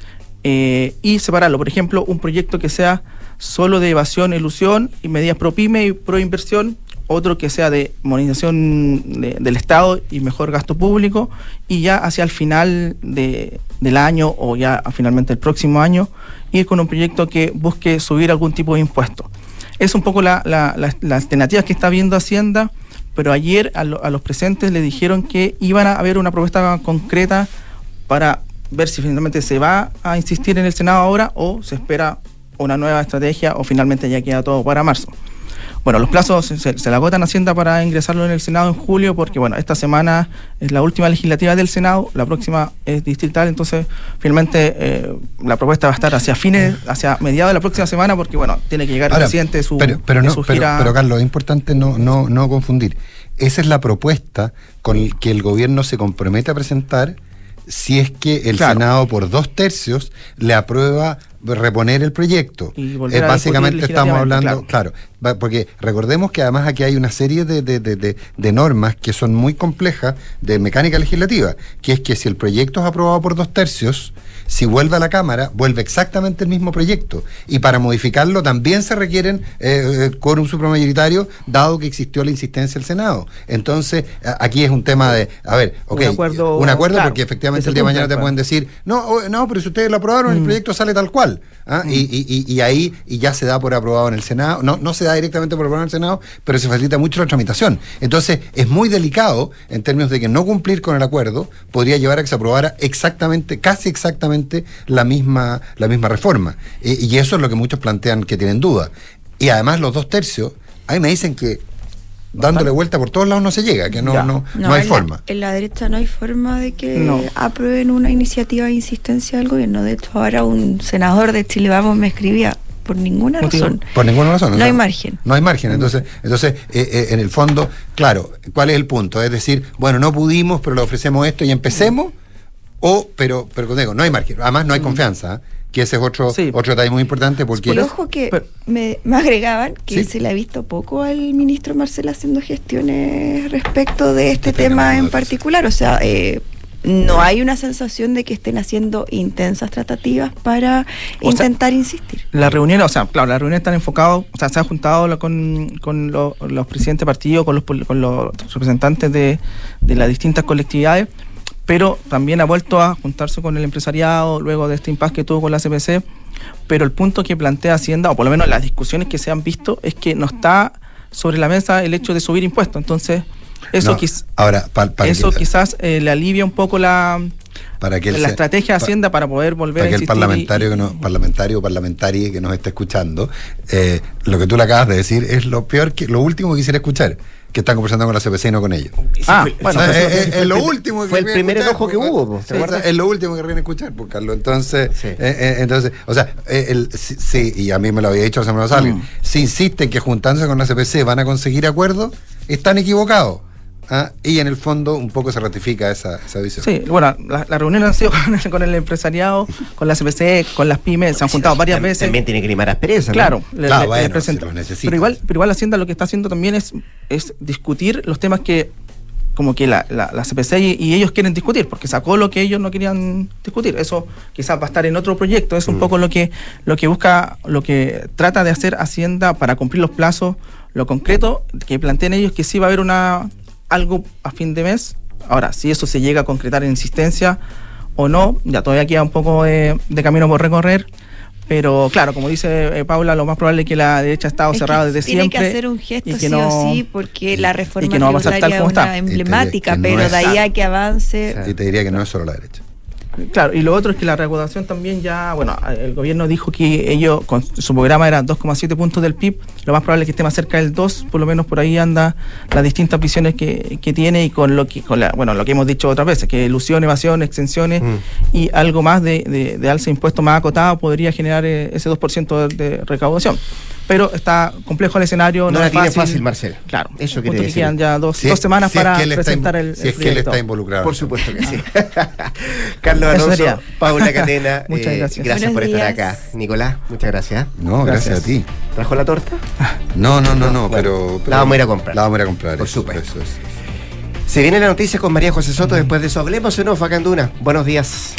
Speaker 19: eh, y separarlo. Por ejemplo, un proyecto que sea solo de evasión, elusión y medidas pro pyme y pro inversión, otro que sea de modernización de, del Estado y mejor gasto público, y ya hacia el final de, del año o ya finalmente el próximo año ir con un proyecto que busque subir algún tipo de impuesto. Es un poco la, la, la, la alternativa que está viendo Hacienda, pero ayer a, lo, a los presentes le dijeron que iban a haber una propuesta concreta para ver si finalmente se va a insistir en el Senado ahora o se espera una nueva estrategia o finalmente ya queda todo para marzo. Bueno, los plazos se, se le agotan a Hacienda para ingresarlo en el Senado en julio, porque bueno, esta semana es la última legislativa del Senado, la próxima es distrital, entonces finalmente eh, la propuesta va a estar hacia fines, hacia mediados de la próxima semana, porque bueno, tiene que llegar Ahora, el presidente de su,
Speaker 17: pero, pero
Speaker 19: de
Speaker 17: no,
Speaker 19: su gira.
Speaker 17: Pero, pero Carlos, es importante no, no, no confundir. Esa es la propuesta con el que el gobierno se compromete a presentar si es que el claro. Senado por dos tercios le aprueba reponer el proyecto. Y eh, básicamente estamos hablando, claro. claro, porque recordemos que además aquí hay una serie de, de, de, de, de normas que son muy complejas de mecánica legislativa, que es que si el proyecto es aprobado por dos tercios, si vuelve a la Cámara, vuelve exactamente el mismo proyecto. Y para modificarlo también se requieren eh, quórum supramayoritario, dado que existió la insistencia del Senado. Entonces, aquí es un tema de, a ver, ok, un acuerdo, un acuerdo claro, porque efectivamente el día de mañana te pueden decir, no, no, pero si ustedes lo aprobaron, mm. el proyecto sale tal cual. ¿Ah? Mm. Y, y, y ahí y ya se da por aprobado en el Senado, no, no se da directamente por aprobado en el Senado, pero se facilita mucho la tramitación. Entonces, es muy delicado en términos de que no cumplir con el acuerdo podría llevar a que se aprobara exactamente, casi exactamente la misma, la misma reforma. Eh, y eso es lo que muchos plantean que tienen duda. Y además los dos tercios, ahí me dicen que dándole vuelta por todos lados no se llega, que no, no, no, no hay
Speaker 18: en
Speaker 17: forma.
Speaker 18: La, en la derecha no hay forma de que
Speaker 19: no.
Speaker 18: aprueben una iniciativa de insistencia del gobierno. De hecho, ahora un senador de Chile Vamos me escribía, por ninguna razón.
Speaker 17: Por ninguna razón.
Speaker 18: No, no hay margen.
Speaker 17: No hay margen. Entonces, entonces eh, eh, en el fondo, claro, ¿cuál es el punto? Es decir, bueno, no pudimos, pero le ofrecemos esto y empecemos, o, pero, pero como digo, no hay margen. Además, no hay confianza, ¿eh? Que ese es otro, sí. otro detalle muy importante porque...
Speaker 18: Por ojo que pero, me, me agregaban que ¿sí? se le ha visto poco al ministro Marcel haciendo gestiones respecto de este, este tema en particular. O sea, eh, no hay una sensación de que estén haciendo intensas tratativas para o intentar sea, insistir.
Speaker 19: La reunión, o sea, claro, las reuniones están enfocadas, o sea, se han juntado con, con lo, los presidentes de partido, con los, con los representantes de, de las distintas colectividades, pero también ha vuelto a juntarse con el empresariado luego de este impasse que tuvo con la C P C, pero el punto que plantea Hacienda, o por lo menos las discusiones que se han visto, es que no está sobre la mesa el hecho de subir impuestos. Entonces, eso, no, quiz-
Speaker 17: ahora, pa, pa
Speaker 19: eso
Speaker 17: que...
Speaker 19: quizás eh, le alivia un poco la,
Speaker 17: para que el,
Speaker 19: la estrategia de Hacienda para poder volver
Speaker 17: para que
Speaker 19: a
Speaker 17: el
Speaker 19: existir
Speaker 17: parlamentario
Speaker 19: y,
Speaker 17: que no, parlamentario o parlamentaria que nos esté escuchando, eh, lo que tú le acabas de decir es lo peor que, lo último que quisiera escuchar, que están conversando con la C P C y no con ellos.
Speaker 19: Ah, bueno,
Speaker 17: o sea,
Speaker 19: pues,
Speaker 17: es, es, es lo último que
Speaker 2: fue el primer
Speaker 17: escuchar,
Speaker 2: enojo que
Speaker 17: pues,
Speaker 2: hubo, ¿te
Speaker 17: sí,
Speaker 2: acuerdas?
Speaker 17: o sea, es lo último que querían escuchar, pues, Carlos. Entonces,
Speaker 2: Sí.
Speaker 17: eh, eh, entonces, o sea, eh, el, sí, sí, y a mí me lo había dicho la semana pasada,
Speaker 19: Mm.
Speaker 17: si insisten que juntándose con la C P C van a conseguir acuerdos, están equivocados. ¿Ah? Y en el fondo un poco se ratifica esa, esa visión.
Speaker 19: Sí, bueno, las la reuniones han sido con el, con el empresariado, con la C P C, con las pymes, se han juntado varias
Speaker 2: También-
Speaker 19: veces.
Speaker 2: También tiene que limar aspereza, ¿no?
Speaker 19: Claro, le,
Speaker 17: Claro,
Speaker 19: le-
Speaker 17: bueno,
Speaker 19: le presento.
Speaker 17: si los necesita.
Speaker 19: Pero igual, pero igual la Hacienda lo que está haciendo también es, es discutir los temas que como que la, la, la C P C y, y ellos quieren discutir, porque sacó lo que ellos no querían discutir. Eso quizás va a estar en otro proyecto. Es un
Speaker 2: Mm.
Speaker 19: poco lo que, lo que busca, lo que trata de hacer Hacienda para cumplir los plazos, lo concreto, que plantean ellos que sí va a haber una algo a fin de mes. Ahora, si eso se llega a concretar en insistencia o no, ya todavía queda un poco de, de camino por recorrer. Pero claro, como dice eh, Paula, lo más probable es que la derecha ha estado
Speaker 18: Es que
Speaker 19: cerrada desde
Speaker 18: tiene
Speaker 19: siempre.
Speaker 18: que hacer un gesto
Speaker 19: y que
Speaker 18: sí
Speaker 19: no-
Speaker 18: o sí, porque la reforma
Speaker 19: y que no va a pasar tal
Speaker 18: tributaria
Speaker 19: como
Speaker 18: es una
Speaker 19: está.
Speaker 18: emblemática,
Speaker 17: Y te- que no
Speaker 18: pero
Speaker 17: es-
Speaker 18: de ahí a que avance.
Speaker 17: Y te diría que no es solo la derecha.
Speaker 19: Claro, y lo otro es que la recaudación también ya, bueno, el gobierno dijo que ellos, con su programa era dos coma siete puntos del P I B, lo más probable es que esté más cerca del dos, por lo menos por ahí anda las distintas visiones que, que tiene y con lo que, con la, bueno, lo que hemos dicho otras veces, que ilusión, evasión, exenciones
Speaker 2: Mm.
Speaker 19: y algo más de, de, de alza de impuestos más acotado podría generar eh, ese dos por ciento de, de recaudación. Pero está complejo el escenario,
Speaker 2: No
Speaker 19: no,
Speaker 2: la
Speaker 19: es
Speaker 2: tiene
Speaker 19: fácil,
Speaker 2: fácil, Marcelo.
Speaker 19: Claro,
Speaker 2: Eso
Speaker 19: punto
Speaker 2: quiere
Speaker 19: que
Speaker 2: decir.
Speaker 19: quedan ya dos,
Speaker 17: Si es-
Speaker 19: dos semanas
Speaker 17: si es
Speaker 19: para
Speaker 17: que él está
Speaker 19: presentar
Speaker 17: inv-
Speaker 19: el,
Speaker 17: si
Speaker 19: el
Speaker 17: es que él está
Speaker 19: proyecto.
Speaker 17: involucrado.
Speaker 2: Por supuesto que sí. Carlos
Speaker 19: Eso
Speaker 2: Alonso,
Speaker 19: sería.
Speaker 2: Paula Catena,
Speaker 19: Muchas
Speaker 2: eh,
Speaker 19: gracias.
Speaker 2: gracias por
Speaker 18: Buenos
Speaker 2: estar
Speaker 18: días.
Speaker 2: acá. Nicolás, muchas gracias.
Speaker 17: No, gracias, a ti.
Speaker 2: ¿Trajo la torta?
Speaker 17: No, no, no, no,
Speaker 2: No, bueno,
Speaker 17: pero, pero-
Speaker 2: la vamos a ir a comprar.
Speaker 17: La vamos a ir a comprar.
Speaker 2: Por
Speaker 17: eso,
Speaker 2: supuesto.
Speaker 17: eso, eso.
Speaker 2: Se viene la noticia con María José Soto. Después de eso, hablemos o no, Facanduna. Buenos días.